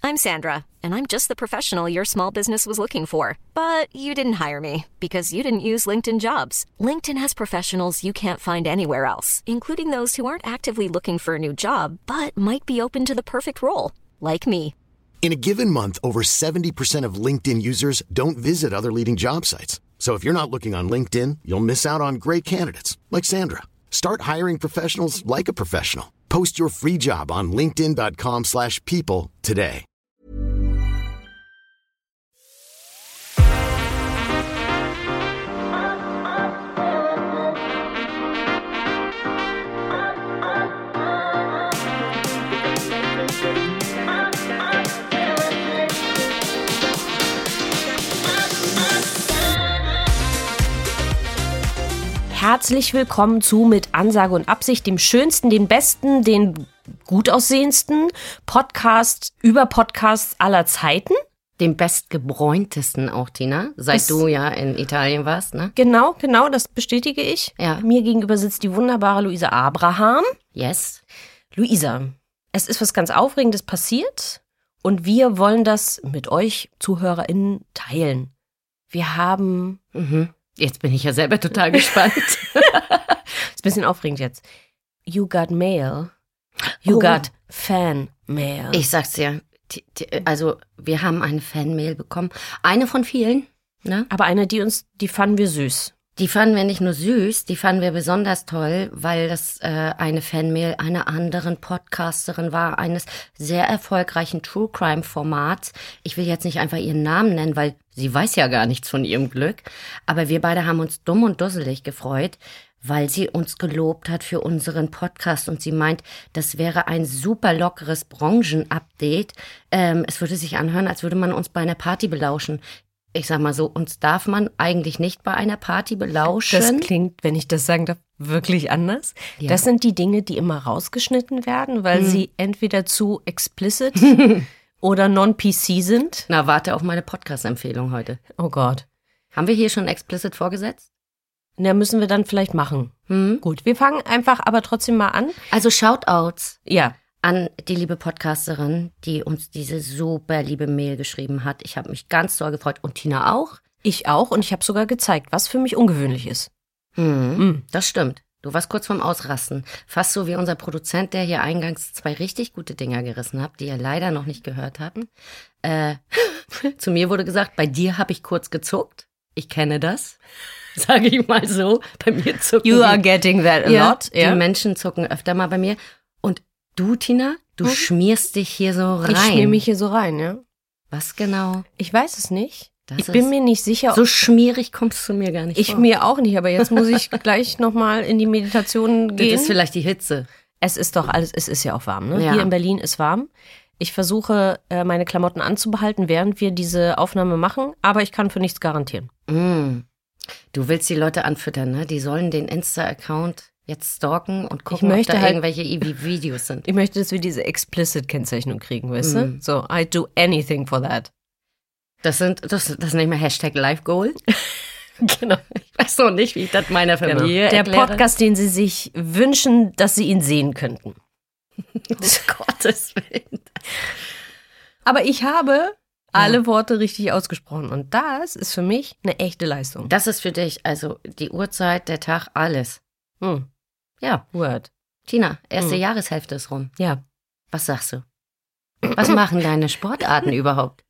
I'm Sandra, and I'm just the professional your small business was looking for. But you didn't hire me because you didn't use LinkedIn Jobs. LinkedIn has professionals you can't find anywhere else, including those who aren't actively looking for a new job, but might be open to the perfect role, like me. In a given month, over 70% of LinkedIn users don't visit other leading job sites. So if you're not looking on LinkedIn, you'll miss out on great candidates like Sandra. Start hiring professionals like a professional. Post your free job on linkedin.com/people today. Herzlich willkommen zu Mit Ansage und Absicht, dem schönsten, den besten, den gut aussehendsten Podcast über Podcasts aller Zeiten. Dem bestgebräuntesten auch, Tina, seit du ja in Italien warst, ne? Genau, das bestätige ich. Ja. Mir gegenüber sitzt die wunderbare Luisa Abraham. Yes. Luisa, es ist was ganz Aufregendes passiert und wir wollen das mit euch ZuhörerInnen teilen. Wir haben... Jetzt bin ich ja selber total gespannt. Ist ein bisschen aufregend jetzt. You got mail. You got Fan Mail. Ich sag's dir, also wir haben eine Fanmail bekommen. Eine von vielen, ne? Aber eine, die fanden wir süß. Die fanden wir nicht nur süß, die fanden wir besonders toll, weil das eine Fanmail einer anderen Podcasterin war, eines sehr erfolgreichen True-Crime-Formats. Ich will jetzt nicht einfach ihren Namen nennen, weil sie weiß ja gar nichts von ihrem Glück. Aber wir beide haben uns dumm und dusselig gefreut, weil sie uns gelobt hat für unseren Podcast. Und sie meint, das wäre ein super lockeres Branchen-Update. Es würde sich anhören, als würde man uns bei einer Party belauschen. Ich sag mal so, uns darf man eigentlich nicht bei einer Party belauschen. Das klingt, wenn ich das sagen darf, wirklich anders. Ja. Das sind die Dinge, die immer rausgeschnitten werden, weil sie entweder zu explicit oder non-PC sind. Na, warte auf meine Podcast-Empfehlung heute. Oh Gott. Haben wir hier schon explicit vorgesetzt? Na, müssen wir dann vielleicht machen. Gut, wir fangen einfach aber trotzdem mal an. Also Shoutouts. Ja. An die liebe Podcasterin, die uns diese super liebe Mail geschrieben hat. Ich habe mich ganz doll gefreut. Und Tina auch? Ich auch. Und ich habe sogar gezeigt, was für mich ungewöhnlich ist. Das stimmt. Du warst kurz vorm Ausrasten. Fast so wie unser Produzent, der hier eingangs 2 richtig gute Dinger gerissen hat, die ihr leider noch nicht gehört habt. Zu mir wurde gesagt, bei dir habe ich kurz gezuckt. Ich kenne das. Sage ich mal so. Bei mir zucken You are getting that a lot. Die Menschen zucken öfter mal bei mir. Und du, Tina, du schmierst dich hier so rein. Ich schmier mich hier so rein, ja. Was genau? Ich weiß es nicht. Das ich bin mir nicht sicher. So schmierig kommst du mir gar nicht vor. Ich mir auch nicht, aber jetzt muss ich gleich nochmal in die Meditation gehen. Das ist vielleicht die Hitze. Es ist doch alles, es ist ja auch warm, ne? Ja. Hier in Berlin ist warm. Ich versuche, meine Klamotten anzubehalten, während wir diese Aufnahme machen, aber ich kann für nichts garantieren. Du willst die Leute anfüttern, ne? Die sollen den Insta-Account jetzt stalken und gucken, ob da irgendwelche Videos sind. Ich möchte, dass wir diese Explicit-Kennzeichnung kriegen, weißt du? So, I do anything for that. Das nenne ich mal Hashtag Life Goal. Genau. Ich weiß noch nicht, wie ich das meiner Familie Der erkläre. Podcast, den sie sich wünschen, dass sie ihn sehen könnten. Gottes Willen. Aber ich habe alle Worte richtig ausgesprochen. Und das ist für mich eine echte Leistung. Das ist für dich, also die Uhrzeit, der Tag, alles. Ja. Word. Tina, erste Jahreshälfte ist rum. Ja. Was sagst du? Was machen deine Sportarten überhaupt?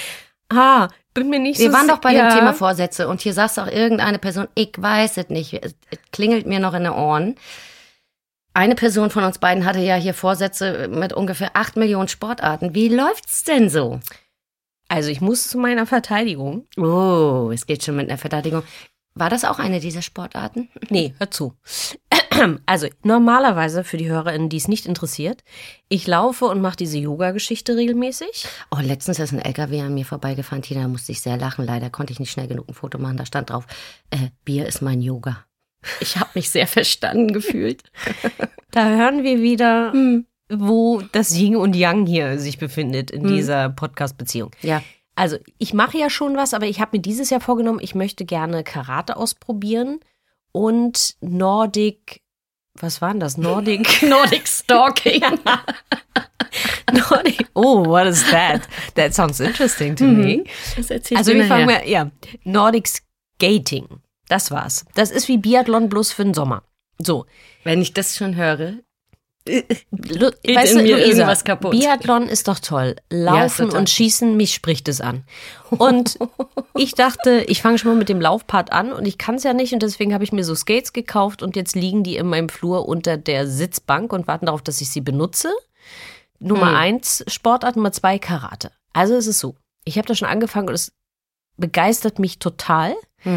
Bin mir nicht Wir so waren doch bei sicher. dem Thema Vorsätze und hier saß auch irgendeine Person, ich weiß es nicht, es klingelt mir noch in den Ohren. Eine Person von uns beiden hatte ja hier Vorsätze mit ungefähr 8 Millionen Sportarten. Wie läuft's denn so? Also ich muss zu meiner Verteidigung. Oh, es geht schon mit einer Verteidigung. War das auch eine dieser Sportarten? Nee, hör zu. Also normalerweise für die HörerInnen, die es nicht interessiert, ich laufe und mache diese Yoga-Geschichte regelmäßig. Oh, letztens ist ein LKW an mir vorbeigefahren, Tina, da musste ich sehr lachen. Leider konnte ich nicht schnell genug ein Foto machen. Da stand drauf, Bier ist mein Yoga. Ich habe mich sehr verstanden gefühlt. Da hören wir wieder, wo das Yin und Yang hier sich befindet in dieser Podcast-Beziehung. Ja. Also ich mache ja schon was, aber ich habe mir dieses Jahr vorgenommen, ich möchte gerne Karate ausprobieren und Nordic, was war denn das? Nordic Stalking. Oh, what is that? That sounds interesting to me. Also wir fangen mal, Nordic Skating, das war's. Das ist wie Biathlon bloß für den Sommer. So. Wenn ich das schon höre, weißt du, Luisa, irgendwas kaputt. Biathlon ist doch toll. Laufen und Schießen, mich spricht es an. Und ich dachte, ich fange schon mal mit dem Laufpart an und ich kann es ja nicht und deswegen habe ich mir so Skates gekauft und jetzt liegen die in meinem Flur unter der Sitzbank und warten darauf, dass ich sie benutze. Nummer 1 Sportart, Nummer 2 Karate. Also es ist so, ich habe da schon angefangen und es begeistert mich total.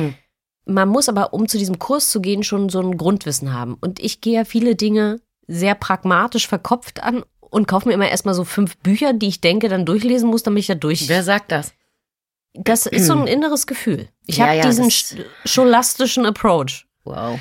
Man muss aber, um zu diesem Kurs zu gehen, schon so ein Grundwissen haben. Und ich gehe ja viele Dinge sehr pragmatisch verkopft an und kaufe mir immer erstmal so 5 Bücher, die ich denke, dann durchlesen muss, damit ich da durch... Wer sagt das? Das ist so ein inneres Gefühl. Ich habe diesen scholastischen Approach. Wow.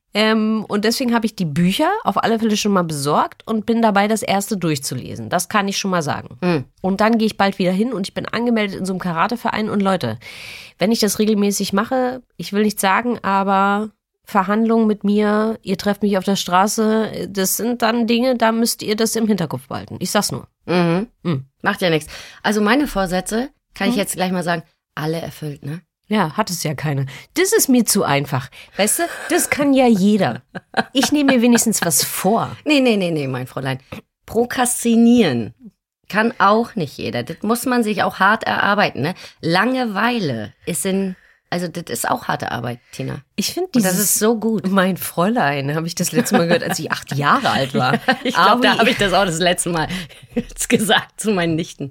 Und deswegen habe ich die Bücher auf alle Fälle schon mal besorgt und bin dabei, das erste durchzulesen. Das kann ich schon mal sagen. Und dann gehe ich bald wieder hin und ich bin angemeldet in so einem Karateverein. Und Leute, wenn ich das regelmäßig mache, ich will nicht sagen, aber Verhandlungen mit mir, ihr trefft mich auf der Straße, das sind dann Dinge, da müsst ihr das im Hinterkopf behalten. Ich sag's nur. Macht ja nichts. Also meine Vorsätze, kann ich jetzt gleich mal sagen, alle erfüllt, ne? Ja, hat es ja keine. Das ist mir zu einfach. Weißt du, das kann ja jeder. Ich nehme mir wenigstens was vor. Nee, mein Fräulein. Prokrastinieren kann auch nicht jeder. Das muss man sich auch hart erarbeiten, ne? Langeweile ist also das ist auch harte Arbeit, Tina. Ich finde das ist so gut. Mein Fräulein, habe ich das letzte Mal gehört, als ich 8 Jahre alt war. Ich glaube, da habe ich das auch das letzte Mal gesagt zu meinen Nichten.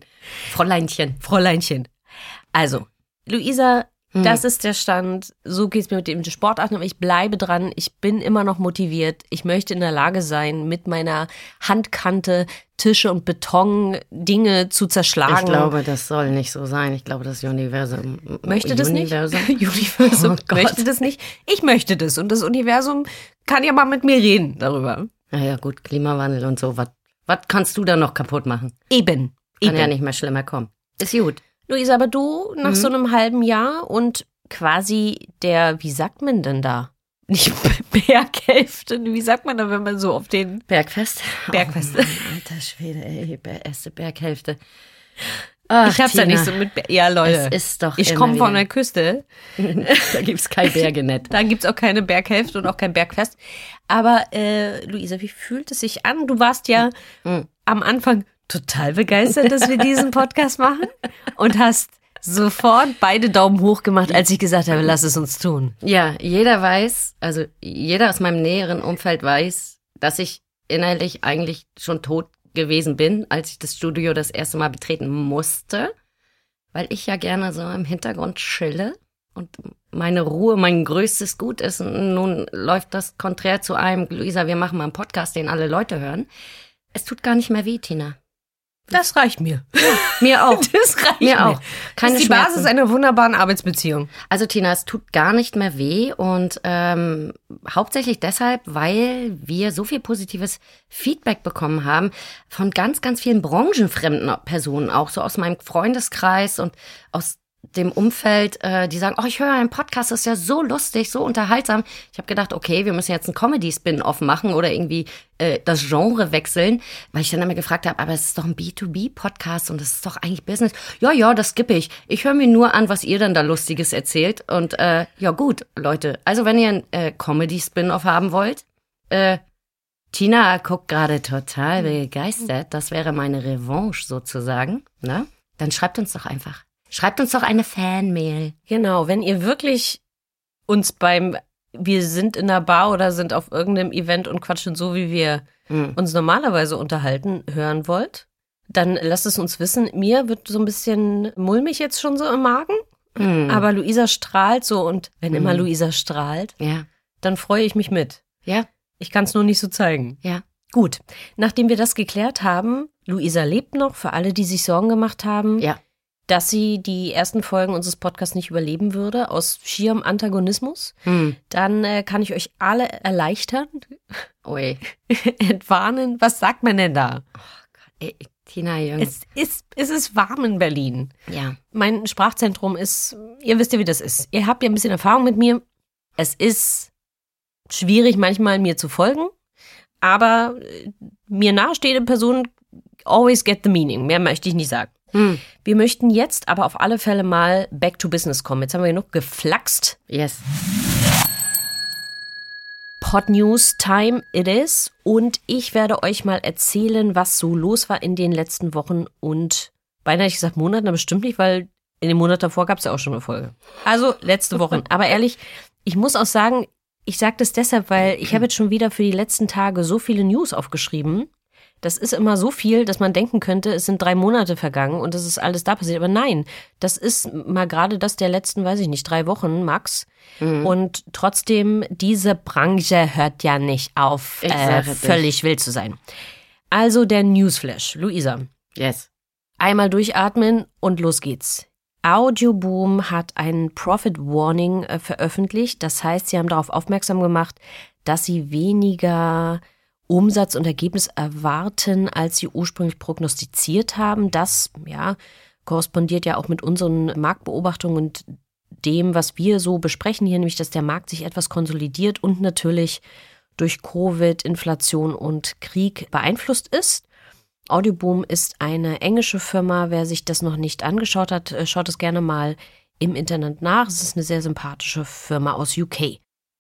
Fräuleinchen. Also, Luisa, das ist der Stand. So geht's mir mit dem Sportarten. Aber ich bleibe dran. Ich bin immer noch motiviert. Ich möchte in der Lage sein, mit meiner Handkante Tische und Beton Dinge zu zerschlagen. Ich glaube, das soll nicht so sein. Ich glaube, das Universum möchte das nicht. Universum möchte das nicht. Ich möchte das. Und das Universum kann ja mal mit mir reden darüber. Naja, gut, Klimawandel und so. Was kannst du da noch kaputt machen? Eben. Kann ja nicht mehr schlimmer kommen. Ist gut. Luisa, aber du nach so einem halben Jahr und quasi wie sagt man denn da? Nicht Berghälfte, wie sagt man da, wenn man so auf den... Bergfest? Bergfest. Oh, alter Schwede, ey, erste Berghälfte. Ach, ich hab's Tina, ja nicht so mit... Ja, Leute. Es ist doch ich komme von der Küste. Da gibt's kein Bergenett. Da gibt's auch keine Berghälfte und auch kein Bergfest. Aber, Luisa, wie fühlt es sich an? Du warst ja am Anfang total begeistert, dass wir diesen Podcast machen und hast sofort beide Daumen hoch gemacht, als ich gesagt habe, lass es uns tun. Ja, jeder weiß, also jeder aus meinem näheren Umfeld weiß, dass ich innerlich eigentlich schon tot gewesen bin, als ich das Studio das erste Mal betreten musste, weil ich ja gerne so im Hintergrund chille und meine Ruhe mein größtes Gut ist. Und nun läuft das konträr zu einem, Luisa, wir machen mal einen Podcast, den alle Leute hören. Es tut gar nicht mehr weh, Tina. Das reicht mir. Ja, mir auch. Das reicht mir auch. Keine das ist die Schmerzen. Basis einer wunderbaren Arbeitsbeziehung. Also Tina, es tut gar nicht mehr weh und hauptsächlich deshalb, weil wir so viel positives Feedback bekommen haben von ganz, ganz vielen branchenfremden Personen, auch so aus meinem Freundeskreis und aus dem Umfeld, die sagen, oh, ich höre einen Podcast, das ist ja so lustig, so unterhaltsam. Ich habe gedacht, okay, wir müssen jetzt einen Comedy-Spin-Off machen oder irgendwie das Genre wechseln, weil ich dann immer gefragt habe, aber es ist doch ein B2B-Podcast und das ist doch eigentlich Business. Ja, das skippe ich. Ich höre mir nur an, was ihr dann da Lustiges erzählt und ja gut, Leute, also wenn ihr einen Comedy-Spin-Off haben wollt, Tina guckt gerade total begeistert, das wäre meine Revanche sozusagen, ne? Dann schreibt uns doch einfach. Schreibt uns doch eine Fanmail. Genau, wenn ihr wirklich uns wir sind in einer Bar oder sind auf irgendeinem Event und quatschen so, wie wir uns normalerweise unterhalten, hören wollt, dann lasst es uns wissen. Mir wird so ein bisschen mulmig jetzt schon so im Magen, aber Luisa strahlt so und wenn immer Luisa strahlt, dann freue ich mich mit. Ja. Ich kann es nur nicht so zeigen. Ja. Gut, nachdem wir das geklärt haben, Luisa lebt noch, für alle, die sich Sorgen gemacht haben. Ja. Dass sie die ersten Folgen unseres Podcasts nicht überleben würde, aus schierem Antagonismus, dann kann ich euch alle erleichtern, entwarnen. Was sagt man denn da? Oh Gott, Tina, Jung. Es ist warm in Berlin. Ja. Mein Sprachzentrum ist, ihr wisst ja, wie das ist. Ihr habt ja ein bisschen Erfahrung mit mir. Es ist schwierig, manchmal mir zu folgen, aber mir nahestehende Personen always get the meaning. Mehr möchte ich nicht sagen. Wir möchten jetzt aber auf alle Fälle mal back to business kommen. Jetzt haben wir genug geflaxt. Yes. Pod News Time it is. Und ich werde euch mal erzählen, was so los war in den letzten Wochen und beinahe hätte ich gesagt Monaten, aber bestimmt nicht, weil in dem Monat davor gab es ja auch schon eine Folge. Also letzte Woche. Aber ehrlich, ich muss auch sagen, ich sage das deshalb, weil ich habe jetzt schon wieder für die letzten Tage so viele News aufgeschrieben. Das ist immer so viel, dass man denken könnte, es sind 3 Monate vergangen und es ist alles da passiert. Aber nein, das ist mal gerade das der letzten, weiß ich nicht, 3 Wochen max. Und trotzdem, diese Branche hört ja nicht auf, völlig wild zu sein. Also der Newsflash. Luisa. Yes. Einmal durchatmen und los geht's. Audioboom hat ein Profit Warning veröffentlicht. Das heißt, sie haben darauf aufmerksam gemacht, dass sie weniger Umsatz und Ergebnis erwarten, als sie ursprünglich prognostiziert haben. Das korrespondiert ja auch mit unseren Marktbeobachtungen und dem, was wir so besprechen hier, nämlich dass der Markt sich etwas konsolidiert und natürlich durch Covid, Inflation und Krieg beeinflusst ist. Audioboom ist eine englische Firma. Wer sich das noch nicht angeschaut hat, schaut es gerne mal im Internet nach. Es ist eine sehr sympathische Firma aus UK.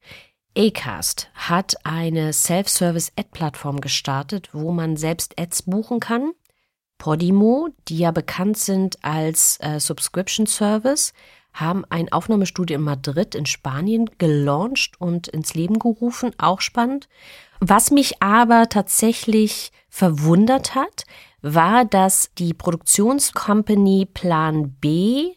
Acast hat eine Self-Service-Ad-Plattform gestartet, wo man selbst Ads buchen kann. Podimo, die ja bekannt sind als Subscription-Service, haben ein Aufnahmestudio in Madrid in Spanien gelauncht und ins Leben gerufen. Auch spannend. Was mich aber tatsächlich verwundert hat, war, dass die Produktionscompany Plan B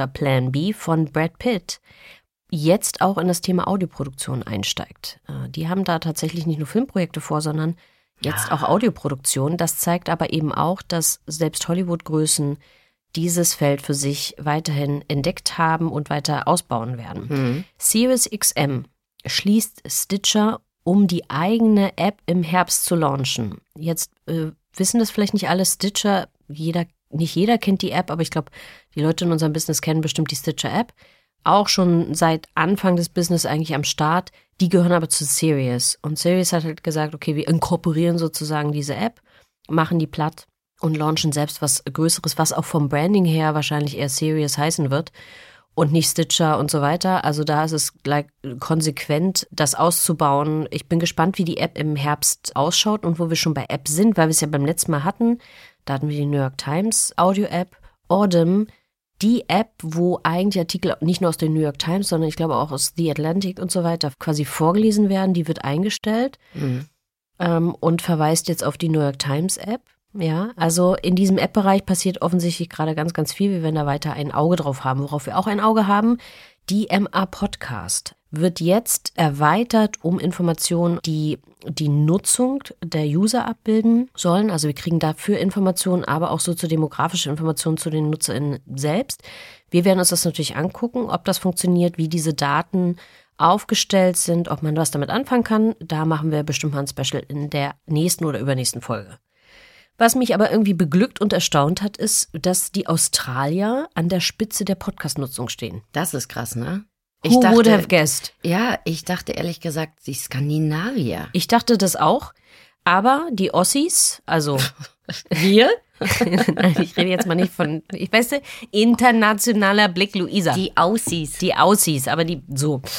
von Brad Pitt jetzt auch in das Thema Audioproduktion einsteigt. Die haben da tatsächlich nicht nur Filmprojekte vor, sondern jetzt auch Audioproduktion. Das zeigt aber eben auch, dass selbst Hollywood-Größen dieses Feld für sich weiterhin entdeckt haben und weiter ausbauen werden. SiriusXM schließt Stitcher, um die eigene App im Herbst zu launchen. Jetzt wissen das vielleicht nicht alle. Stitcher, nicht jeder kennt die App, aber ich glaube, die Leute in unserem Business kennen bestimmt die Stitcher-App. Auch schon seit Anfang des Business eigentlich am Start. Die gehören aber zu Sirius. Und Sirius hat halt gesagt, okay, wir inkorporieren sozusagen diese App, machen die platt und launchen selbst was Größeres, was auch vom Branding her wahrscheinlich eher Sirius heißen wird und nicht Stitcher und so weiter. Also da ist es gleich konsequent, das auszubauen. Ich bin gespannt, wie die App im Herbst ausschaut und wo wir schon bei App sind, weil wir es ja beim letzten Mal hatten. Da hatten wir die New York Times Audio-App, Audem, die App, wo eigentlich Artikel nicht nur aus der New York Times, sondern ich glaube auch aus The Atlantic und so weiter quasi vorgelesen werden, die wird eingestellt und verweist jetzt auf die New York Times App. Ja, also in diesem App-Bereich passiert offensichtlich gerade ganz, ganz viel. Wir werden da weiter ein Auge drauf haben. Worauf wir auch ein Auge haben, die MA Podcast wird jetzt erweitert um Informationen, die die Nutzung der User abbilden sollen. Also wir kriegen dafür Informationen, aber auch soziodemografische Informationen zu den NutzerInnen selbst. Wir werden uns das natürlich angucken, ob das funktioniert, wie diese Daten aufgestellt sind, ob man was damit anfangen kann. Da machen wir bestimmt mal ein Special in der nächsten oder übernächsten Folge. Was mich aber irgendwie beglückt und erstaunt hat, ist, dass die Australier an der Spitze der Podcast-Nutzung stehen. Das ist krass, ne? Who would have guessed? Ja, ich dachte ehrlich gesagt, die Skandinavier. Ich dachte das auch, aber die Ossis, also wir, ich rede jetzt mal nicht von, ich weiß nicht, internationaler Blick, Luisa. Die Aussies. Die Aussies, aber die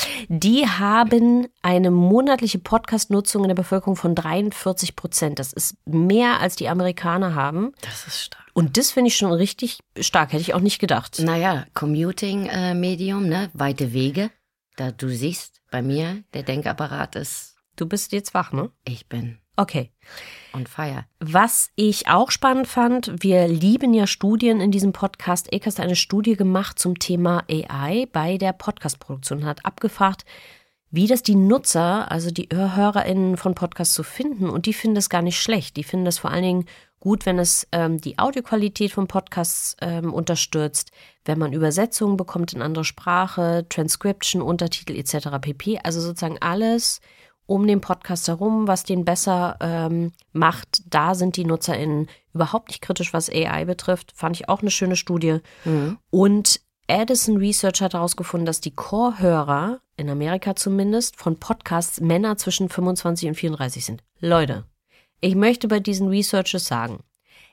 haben eine monatliche Podcast-Nutzung in der Bevölkerung von 43%. Das ist mehr, als die Amerikaner haben. Das ist stark. Und das finde ich schon richtig stark, hätte ich auch nicht gedacht. Naja, Commuting-Medium, ne? Weite Wege. Da du siehst, bei mir, der Denkapparat ist... Du bist jetzt wach, ne? Ich bin... Okay. On fire. Was ich auch spannend fand, wir lieben ja Studien in diesem Podcast. Acast hat eine Studie gemacht zum Thema AI bei der Podcast-Produktion, hat abgefragt, wie das die Nutzer, also die HörerInnen von Podcasts so finden. Und die finden das gar nicht schlecht. Die finden das vor allen Dingen gut, wenn es die Audioqualität von Podcasts unterstützt, wenn man Übersetzungen bekommt in andere Sprache, Transcription, Untertitel etc. pp. Also sozusagen alles um den Podcast herum, was den besser macht. Da sind die NutzerInnen überhaupt nicht kritisch, was AI betrifft. Fand ich auch eine schöne Studie. Und Addison Research hat herausgefunden, dass die Core-Hörer, in Amerika zumindest, von Podcasts Männer zwischen 25 und 34 sind. Leute, ich möchte bei diesen Researches sagen,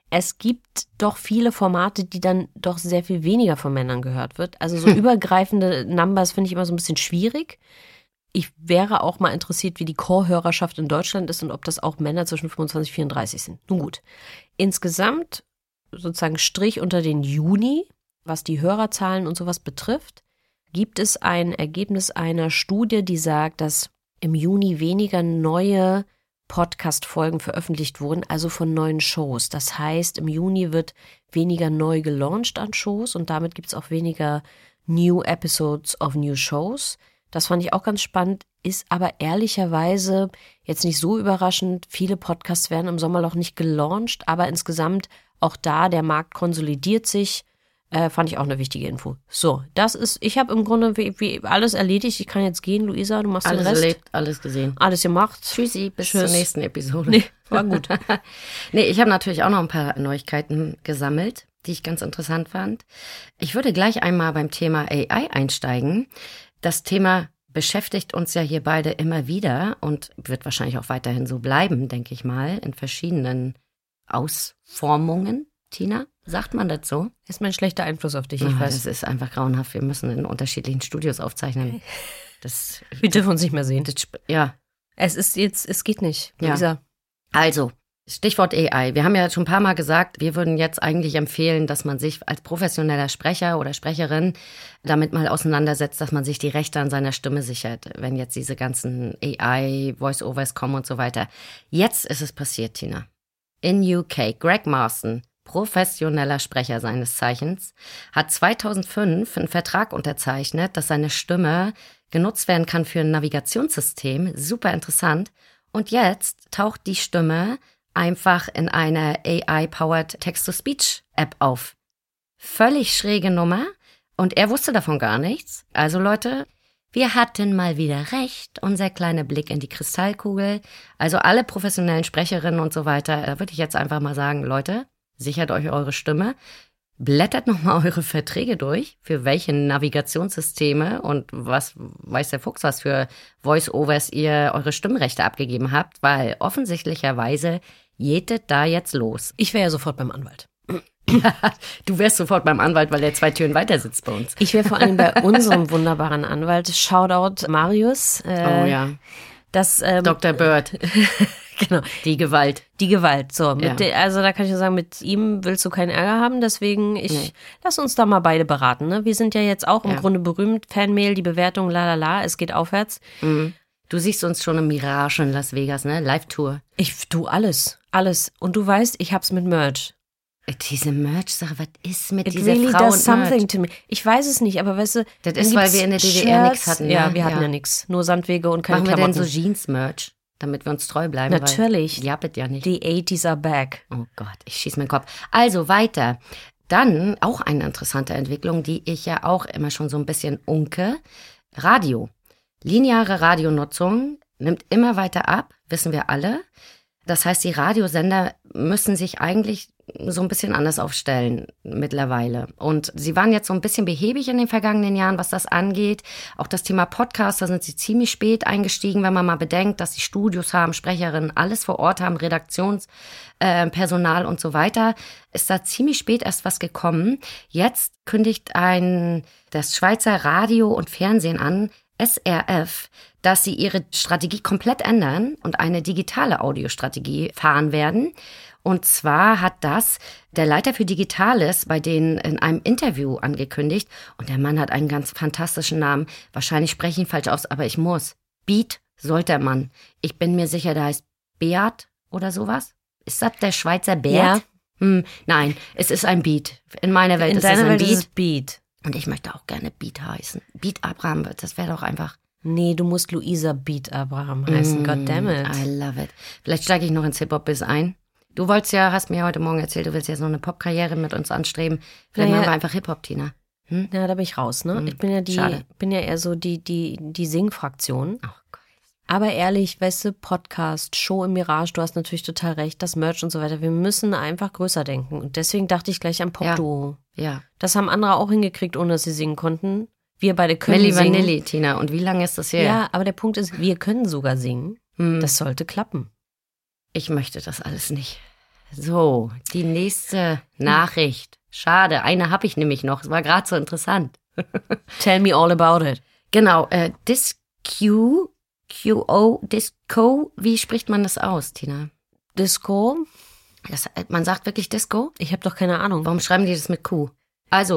es gibt doch viele Formate, die dann doch sehr viel weniger von Männern gehört wird. Also so übergreifende Numbers finde ich immer so ein bisschen schwierig. Ich wäre auch mal interessiert, wie die Core-Hörerschaft in Deutschland ist und ob das auch Männer zwischen 25 und 34 sind. Nun gut, insgesamt sozusagen Strich unter den Juni, was die Hörerzahlen und sowas betrifft, gibt es ein Ergebnis einer Studie, die sagt, dass im Juni weniger neue Podcast-Folgen veröffentlicht wurden, also von neuen Shows. Das heißt, im Juni wird weniger neu gelauncht an Shows und damit gibt es auch weniger New Episodes of New Shows. Das fand ich auch ganz spannend, ist aber ehrlicherweise jetzt nicht so überraschend. Viele Podcasts werden im Sommerloch nicht gelauncht, aber insgesamt auch da, der Markt konsolidiert sich. Fand ich auch eine wichtige Info. So, das ist, ich habe im Grunde wie alles erledigt. Ich kann jetzt gehen, Luisa, du machst alles den Rest. Alles erlebt, alles gesehen. Alles gemacht. Tschüssi, bis zur nächsten Episode. Nee, war gut. Nee, ich habe natürlich auch noch ein paar Neuigkeiten gesammelt, die ich ganz interessant fand. Ich würde gleich einmal beim Thema AI einsteigen. Das Thema beschäftigt uns ja hier beide immer wieder und wird wahrscheinlich auch weiterhin so bleiben, denke ich mal, in verschiedenen Ausformungen. Tina, sagt man das so? Ist mein schlechter Einfluss auf dich, ich weiß. Das ist einfach grauenhaft. Wir müssen in unterschiedlichen Studios aufzeichnen. Wir dürfen uns nicht mehr sehen. Ja. Es geht nicht. Ja. Also, Stichwort AI. Wir haben ja schon ein paar Mal gesagt, wir würden jetzt eigentlich empfehlen, dass man sich als professioneller Sprecher oder Sprecherin damit mal auseinandersetzt, dass man sich die Rechte an seiner Stimme sichert, wenn jetzt diese ganzen AI-Voice-Overs kommen und so weiter. Jetzt ist es passiert, Tina. In UK, Greg Marston, professioneller Sprecher seines Zeichens, hat 2005 einen Vertrag unterzeichnet, dass seine Stimme genutzt werden kann für ein Navigationssystem. Super interessant. Und jetzt taucht die Stimme einfach in einer AI-powered Text-to-Speech-App auf. Völlig schräge Nummer. Und er wusste davon gar nichts. Also Leute, wir hatten mal wieder recht. Unser kleiner Blick in die Kristallkugel. Also alle professionellen Sprecherinnen und so weiter. Da würde ich jetzt einfach mal sagen, Leute, sichert euch eure Stimme, blättert nochmal eure Verträge durch, für welche Navigationssysteme und was weiß der Fuchs, was für Voice-Overs ihr eure Stimmrechte abgegeben habt, weil offensichtlicherweise jetet da jetzt los. Ich wäre ja sofort beim Anwalt. Du wärst sofort beim Anwalt, weil der 2 Türen weiter sitzt bei uns. Ich wäre vor allem bei unserem wunderbaren Anwalt. Shoutout Marius. Oh ja. Dr. Bird. Genau. Die Gewalt. So, also da kann ich nur sagen, mit ihm willst du keinen Ärger haben, deswegen lass uns da mal beide beraten. Ne? Wir sind ja jetzt auch im Grunde berühmt, Fanmail, die Bewertung, es geht aufwärts. Mhm. Du siehst uns schon im Mirage in Las Vegas, ne? Live-Tour. Alles. Und du weißt, ich hab's mit Merch. Diese Merch-Sache, was ist mit It dieser really Frau does something to me. Ich weiß es nicht, aber weißt du, das ist, weil wir in der DDR nichts hatten. Ne? Ja, wir hatten ja nichts. Nur Sandwege und keine Klamotten. Machen wir denn so Jeans-Merch, damit wir uns treu bleiben? Natürlich. Ihr habt es ja nicht. Die 80s are back. Oh Gott, ich schieß meinen Kopf. Also weiter. Dann auch eine interessante Entwicklung, die ich ja auch immer schon so ein bisschen unke. Radio. Lineare Radionutzung nimmt immer weiter ab, wissen wir alle. Das heißt, die Radiosender müssen sich eigentlich so ein bisschen anders aufstellen mittlerweile. Und sie waren jetzt so ein bisschen behäbig in den vergangenen Jahren, was das angeht. Auch das Thema Podcast, da sind sie ziemlich spät eingestiegen, wenn man mal bedenkt, dass sie Studios haben, Sprecherinnen, alles vor Ort haben, Redaktionspersonal und so weiter. Ist da ziemlich spät erst was gekommen. Jetzt kündigt das Schweizer Radio und Fernsehen an, SRF, dass sie ihre Strategie komplett ändern und eine digitale Audiostrategie fahren werden. Und zwar hat das der Leiter für Digitales bei denen in einem Interview angekündigt. Und der Mann hat einen ganz fantastischen Namen. Wahrscheinlich spreche ich ihn falsch aus, aber ich muss. Beat Soltermann. Ich bin mir sicher, der heißt Beat oder sowas. Ist das der Schweizer Beat? Ja. Nein, es ist ein Beat. In meiner Welt ist es ein Beat. Ist es Beat. Und ich möchte auch gerne Beat heißen. Beat Abraham, das wäre doch einfach... Nee, du musst Luisa Beat Abraham heißen. Goddammit. I love it. Vielleicht steige ich noch ins Hip-Hop-Biz ein. Du hast mir heute Morgen erzählt, du willst jetzt noch eine Pop-Karriere mit uns anstreben. Vielleicht machen wir einfach Hip-Hop, Tina. Ja, da bin ich raus, ne? Ich bin ja eher so die Sing-Fraktion. Oh Gott. Aber ehrlich, weißt du, Podcast, Show im Mirage, du hast natürlich total recht, das Merch und so weiter. Wir müssen einfach größer denken. Und deswegen dachte ich gleich an Pop-Duo. Ja. Das haben andere auch hingekriegt, ohne dass sie singen konnten. Wir beide können singen. Milli Vanilli, Tina. Und wie lange ist das her? Ja, aber der Punkt ist, wir können sogar singen. Das sollte klappen. Ich möchte das alles nicht. So, die nächste Nachricht. Schade, eine habe ich nämlich noch. Es war gerade so interessant. Tell me all about it. Genau, Disco, wie spricht man das aus, Tina? Disco? Man sagt wirklich Disco? Ich habe doch keine Ahnung. Warum schreiben die das mit Q? Also,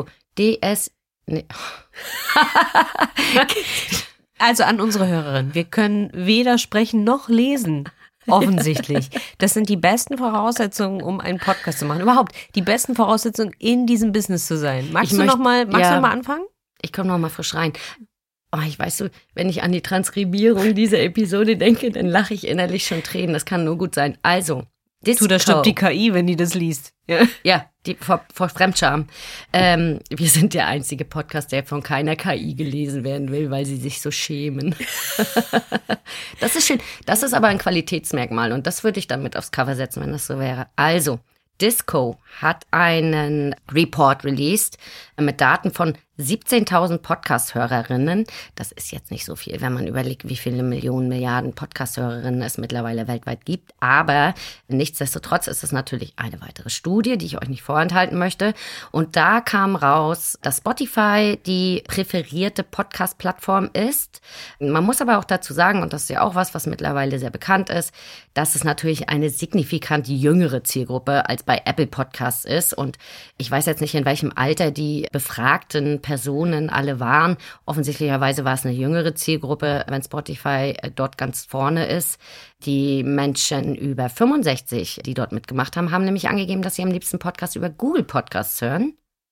Also an unsere Hörerin, wir können weder sprechen noch lesen, offensichtlich. Das sind die besten Voraussetzungen, um einen Podcast zu machen. Überhaupt, die besten Voraussetzungen, in diesem Business zu sein. Magst du noch mal anfangen? Ich komme noch mal frisch rein. Oh, wenn ich an die Transkribierung dieser Episode denke, dann lache ich innerlich schon Tränen. Das kann nur gut sein. Also, Disco. Da stirbt die KI, wenn die das liest. Ja, vor Fremdscham. Wir sind der einzige Podcast, der von keiner KI gelesen werden will, weil sie sich so schämen. Das ist schön. Das ist aber ein Qualitätsmerkmal und das würde ich dann mit aufs Cover setzen, wenn das so wäre. Also, Disco hat einen Report released mit Daten von 17.000 Podcast-Hörerinnen. Das ist jetzt nicht so viel, wenn man überlegt, wie viele Millionen, Milliarden Podcast-Hörerinnen es mittlerweile weltweit gibt. Aber nichtsdestotrotz ist es natürlich eine weitere Studie, die ich euch nicht vorenthalten möchte. Und da kam raus, dass Spotify die präferierte Podcast-Plattform ist. Man muss aber auch dazu sagen, und das ist ja auch was mittlerweile sehr bekannt ist, dass es natürlich eine signifikant jüngere Zielgruppe als bei Apple Podcasts ist. Und ich weiß jetzt nicht, in welchem Alter die befragten Personen alle waren. Offensichtlicherweise war es eine jüngere Zielgruppe, wenn Spotify dort ganz vorne ist. Die Menschen über 65, die dort mitgemacht haben, haben nämlich angegeben, dass sie am liebsten Podcasts über Google Podcasts hören.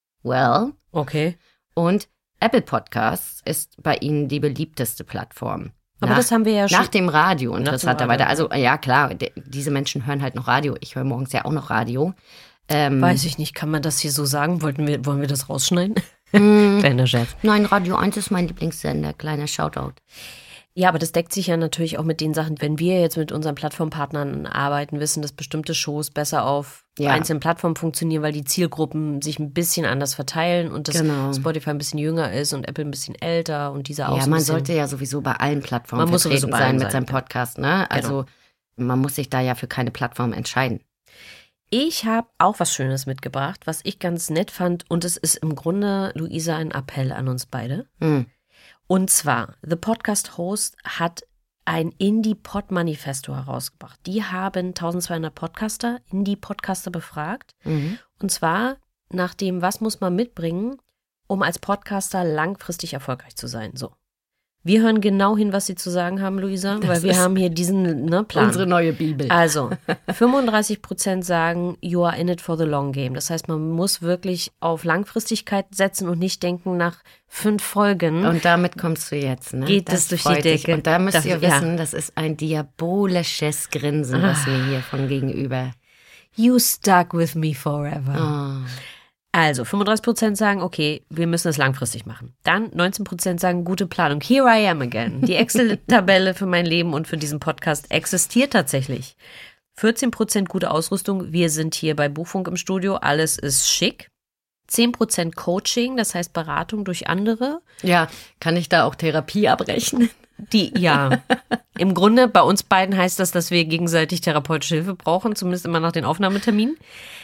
Okay. Und Apple Podcasts ist bei ihnen die beliebteste Plattform. Aber das haben wir ja schon. Nach dem Radio, interessanterweise. Also ja, klar, diese Menschen hören halt noch Radio. Ich höre morgens ja auch noch Radio. Weiß ich nicht, kann man das hier so sagen? Wollen wir das rausschneiden? Kleiner Chef. Nein, Radio 1 ist mein Lieblingssender, kleiner Shoutout. Ja, aber das deckt sich ja natürlich auch mit den Sachen, wenn wir jetzt mit unseren Plattformpartnern arbeiten, wissen, dass bestimmte Shows besser auf einzelnen Plattformen funktionieren, weil die Zielgruppen sich ein bisschen anders verteilen und dass Spotify ein bisschen jünger ist und Apple ein bisschen älter und diese auch. Ja, man sollte ja sowieso bei allen Plattformen vertreten sein mit seinem Podcast, ne? Also man muss sich da ja für keine Plattform entscheiden. Ich habe auch was Schönes mitgebracht, was ich ganz nett fand. Und es ist im Grunde, Luisa, ein Appell an uns beide. Und zwar, The Podcast Host hat ein Indie-Pod-Manifesto herausgebracht. Die haben 1200 Podcaster, Indie-Podcaster befragt. Und zwar nach dem, was muss man mitbringen, um als Podcaster langfristig erfolgreich zu sein. So. Wir hören genau hin, was Sie zu sagen haben, Luisa, weil wir haben hier diesen Plan. Unsere neue Bibel. Also, 35% sagen, you are in it for the long game. Das heißt, man muss wirklich auf Langfristigkeit setzen und nicht denken nach 5 Folgen. Und damit kommst du jetzt, ne? Geht es durch die Decke. Und da müsst ihr wissen, das ist ein diabolisches Grinsen, was mir hier von gegenüber. You stuck with me forever. Oh. Also, 35% sagen, okay, wir müssen es langfristig machen. Dann 19% sagen, gute Planung. Here I am again. Die Excel-Tabelle für mein Leben und für diesen Podcast existiert tatsächlich. 14% gute Ausrüstung. Wir sind hier bei Buchfunk im Studio. Alles ist schick. 10% Coaching, das heißt Beratung durch andere. Ja, kann ich da auch Therapie abrechnen? Im Grunde bei uns beiden heißt das, dass wir gegenseitig therapeutische Hilfe brauchen, zumindest immer nach den Aufnahmeterminen.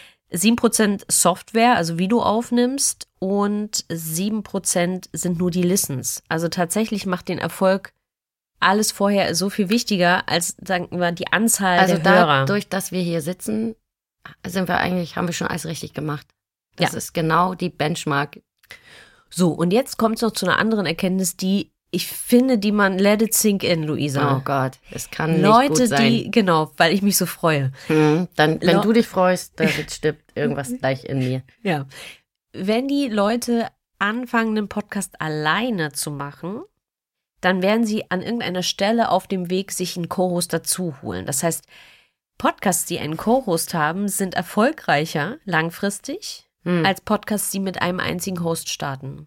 7% Software, also wie du aufnimmst, und 7% sind nur die Listens. Also tatsächlich macht den Erfolg alles vorher so viel wichtiger als, sagen wir, die Anzahl der Hörer. Also dadurch, dass wir hier sitzen, haben wir schon alles richtig gemacht. Das ist genau die Benchmark. So, und jetzt kommt es noch zu einer anderen Erkenntnis, die ich finde, die man, let it sink in, Luisa. Oh Gott, es kann nicht gut sein. Genau, weil ich mich so freue. Dann, wenn du dich freust, dann stirbt irgendwas gleich in mir. Ja. Wenn die Leute anfangen, einen Podcast alleine zu machen, dann werden sie an irgendeiner Stelle auf dem Weg sich einen Co-Host dazu holen. Das heißt, Podcasts, die einen Co-Host haben, sind erfolgreicher langfristig als Podcasts, die mit einem einzigen Host starten.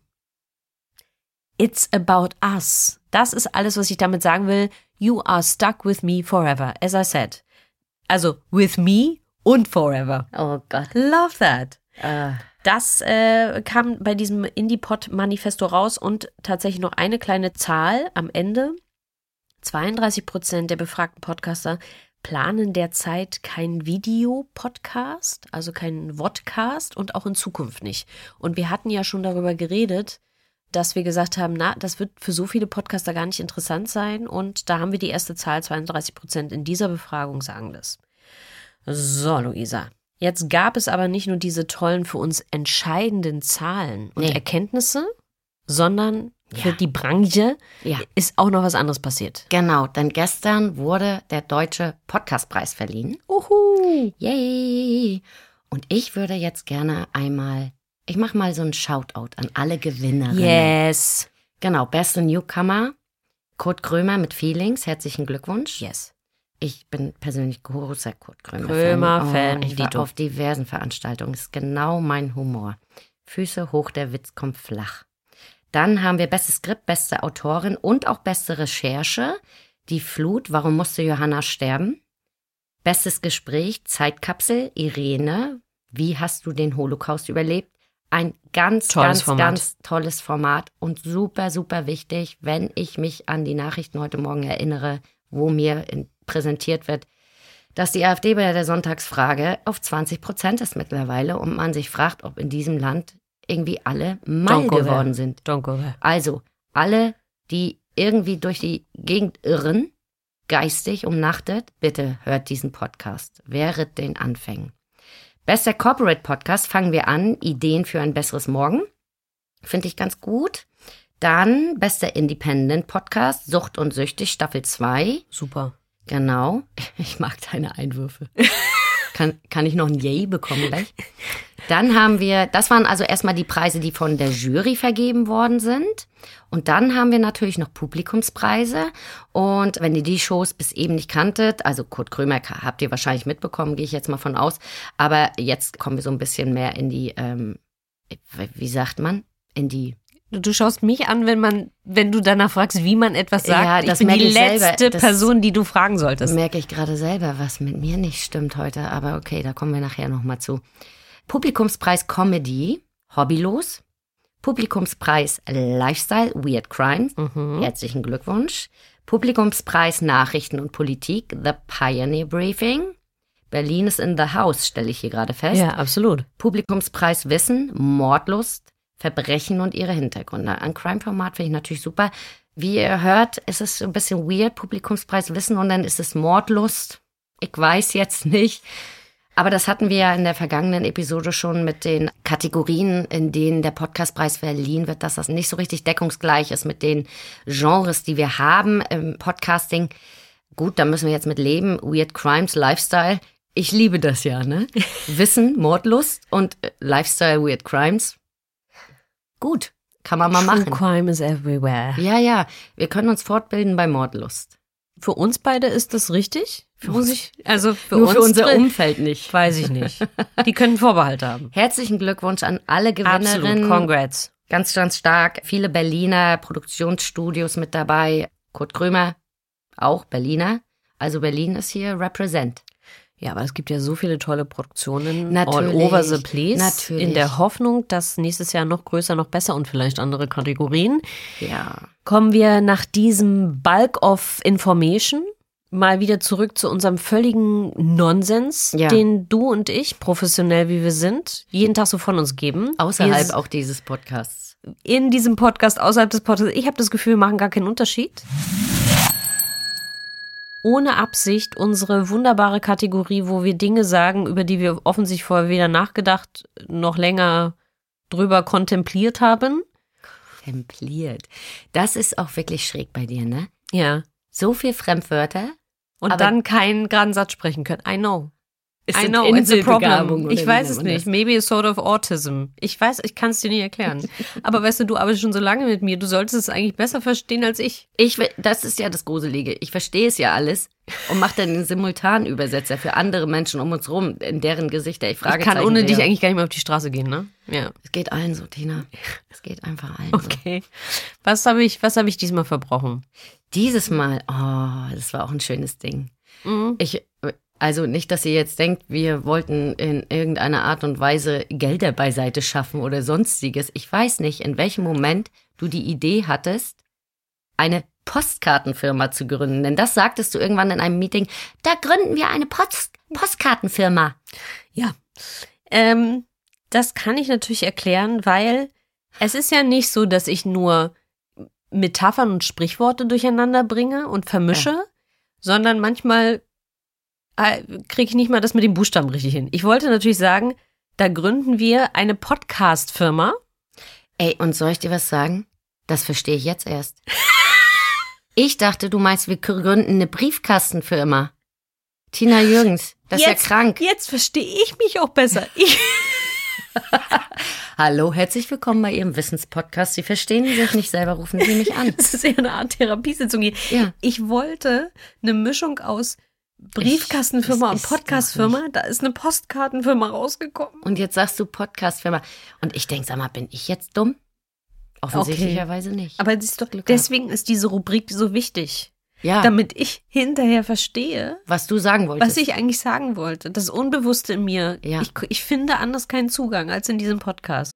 It's about us. Das ist alles, was ich damit sagen will. You are stuck with me forever, as I said. Also with me und forever. Oh Gott. Love that. Das kam bei diesem Indie-Pod-Manifesto raus und tatsächlich noch eine kleine Zahl am Ende. 32% der befragten Podcaster planen derzeit kein Videopodcast, also keinen Vodcast und auch in Zukunft nicht. Und wir hatten ja schon darüber geredet, dass wir gesagt haben, das wird für so viele Podcaster gar nicht interessant sein. Und da haben wir die erste Zahl, 32% in dieser Befragung sagen das. So, Luisa. Jetzt gab es aber nicht nur diese tollen, für uns entscheidenden Zahlen und Erkenntnisse, sondern für die Branche ist auch noch was anderes passiert. Genau, denn gestern wurde der Deutsche Podcastpreis verliehen. Uhu! Yay! Und ich würde jetzt gerne ich mache mal so einen Shoutout an alle Gewinnerinnen. Yes! Genau, beste Newcomer, Kurt Krömer mit Feelings, herzlichen Glückwunsch. Yes. Ich bin persönlich großer Kurt Krömer-Fan. Ich war auf diversen Veranstaltungen, ist genau mein Humor. Füße hoch, der Witz kommt flach. Dann haben wir bestes Skript, beste Autorin und auch beste Recherche. Die Flut, warum musste Johanna sterben? Bestes Gespräch, Zeitkapsel, Irene. Wie hast du den Holocaust überlebt? Ein ganz tolles Format und super, super wichtig, wenn ich mich an die Nachrichten heute Morgen erinnere, wo mir präsentiert wird, dass die AfD bei der Sonntagsfrage auf 20% ist mittlerweile und man sich fragt, ob in diesem Land irgendwie alle mal geworden sind. Also alle, die irgendwie durch die Gegend irren, geistig umnachtet, bitte hört diesen Podcast. Während den Anfängen. Bester Corporate Podcast, fangen wir an. Ideen für ein besseres Morgen. Finde ich ganz gut. Dann bester Independent Podcast, Sucht und Süchtig, Staffel 2. Super. Genau. Ich mag deine Einwürfe. Kann ich noch ein Yay bekommen gleich? Dann haben wir, das waren also erstmal die Preise, die von der Jury vergeben worden sind. Und dann haben wir natürlich noch Publikumspreise. Und wenn ihr die Shows bis eben nicht kanntet, also Kurt Krömer habt ihr wahrscheinlich mitbekommen, gehe ich jetzt mal von aus. Aber jetzt kommen wir so ein bisschen mehr in die, wie sagt man? In die... Du schaust mich an, wenn du danach fragst, wie man etwas sagt. Ja, das ich bin die letzte Person, die du fragen solltest. Merke ich gerade selber, was mit mir nicht stimmt heute. Aber okay, da kommen wir nachher nochmal zu. Publikumspreis Comedy, Hobbylos. Publikumspreis Lifestyle, Weird Crimes. Herzlichen Glückwunsch. Publikumspreis Nachrichten und Politik, The Pioneer Briefing. Berlin ist in the house, stelle ich hier gerade fest. Ja, absolut. Publikumspreis Wissen, Mordlust. Verbrechen und ihre Hintergründe. Ein Crime-Format finde ich natürlich super. Wie ihr hört, ist es ein bisschen weird, Publikumspreis Wissen und dann ist es Mordlust. Ich weiß jetzt nicht. Aber das hatten wir ja in der vergangenen Episode schon mit den Kategorien, in denen der Podcastpreis verliehen wird, dass das nicht so richtig deckungsgleich ist mit den Genres, die wir haben im Podcasting. Gut, da müssen wir jetzt mit leben. Weird Crimes, Lifestyle. Ich liebe das ja, ne? Wissen, Mordlust und Lifestyle, Weird Crimes. Gut, kann man mal machen. True Crime is everywhere. Ja, wir können uns fortbilden bei Mordlust. Für uns beide ist das richtig? Nur für unser Umfeld nicht. Weiß ich nicht. Die können Vorbehalte haben. Herzlichen Glückwunsch an alle Gewinnerinnen. Absolut, congrats. Ganz, ganz stark. Viele Berliner Produktionsstudios mit dabei. Kurt Krömer, auch Berliner. Also Berlin ist hier represent. Ja, aber es gibt ja so viele tolle Produktionen all over the place. Natürlich. In der Hoffnung, dass nächstes Jahr noch größer, noch besser und vielleicht andere Kategorien. Ja. Kommen wir nach diesem Bulk of Information mal wieder zurück zu unserem völligen Nonsens, den du und ich, professionell wie wir sind, jeden Tag so von uns geben. Außerhalb auch dieses Podcasts. In diesem Podcast, außerhalb des Podcasts. Ich habe das Gefühl, wir machen gar keinen Unterschied. Ohne Absicht unsere wunderbare Kategorie, wo wir Dinge sagen, über die wir offensichtlich vorher weder nachgedacht, noch länger drüber kontempliert haben. Kontempliert. Das ist auch wirklich schräg bei dir, ne? Ja. So viel Fremdwörter. Und dann keinen geraden Satz sprechen können. I know. I know, it's a problem. Ich weiß es nicht. Maybe a sort of autism. Ich kann es dir nicht erklären. Aber weißt du arbeitest schon so lange mit mir. Du solltest es eigentlich besser verstehen als ich. Das ist ja das Gruselige. Ich verstehe es ja alles und mache dann einen Simultanübersetzer für andere Menschen um uns rum, in deren Gesichter ich Fragezeichen Ich kann ohne dich eigentlich gar nicht mehr auf die Straße gehen, ne? Ja. Es geht allen so, Tina. Es geht einfach allen okay. So. Was habe ich diesmal verbrochen? Dieses Mal, das war auch ein schönes Ding. Also nicht, dass ihr jetzt denkt, wir wollten in irgendeiner Art und Weise Gelder beiseite schaffen oder sonstiges. Ich weiß nicht, in welchem Moment du die Idee hattest, eine Postkartenfirma zu gründen. Denn das sagtest du irgendwann in einem Meeting, da gründen wir eine Postkartenfirma. Ja, das kann ich natürlich erklären, weil es ist ja nicht so, dass ich nur Metaphern und Sprichworte durcheinander bringe und vermische, sondern manchmal kriege ich nicht mal das mit den Buchstaben richtig hin. Ich wollte natürlich sagen, da gründen wir eine Podcast-Firma. Ey, und soll ich dir was sagen? Das verstehe ich jetzt erst. Ich dachte, du meinst, wir gründen eine Briefkastenfirma. Tina Jürgens, das ist ja krank. Jetzt verstehe ich mich auch besser. Hallo, herzlich willkommen bei Ihrem Wissenspodcast. Sie verstehen sich nicht selber, rufen Sie mich an. Das ist ja eine Art Therapiesitzung hier. Ja. Ich wollte eine Mischung aus Briefkastenfirma und Podcastfirma. Da ist eine Postkartenfirma rausgekommen. Und jetzt sagst du Podcastfirma. Und ich denke, sag mal, bin ich jetzt dumm? Offensichtlicherweise nicht. Aber deswegen ist diese Rubrik so wichtig. Ja. Damit ich hinterher verstehe, was du sagen wolltest. Was ich eigentlich sagen wollte. Das Unbewusste in mir. Ja. Ich finde anders keinen Zugang als in diesem Podcast.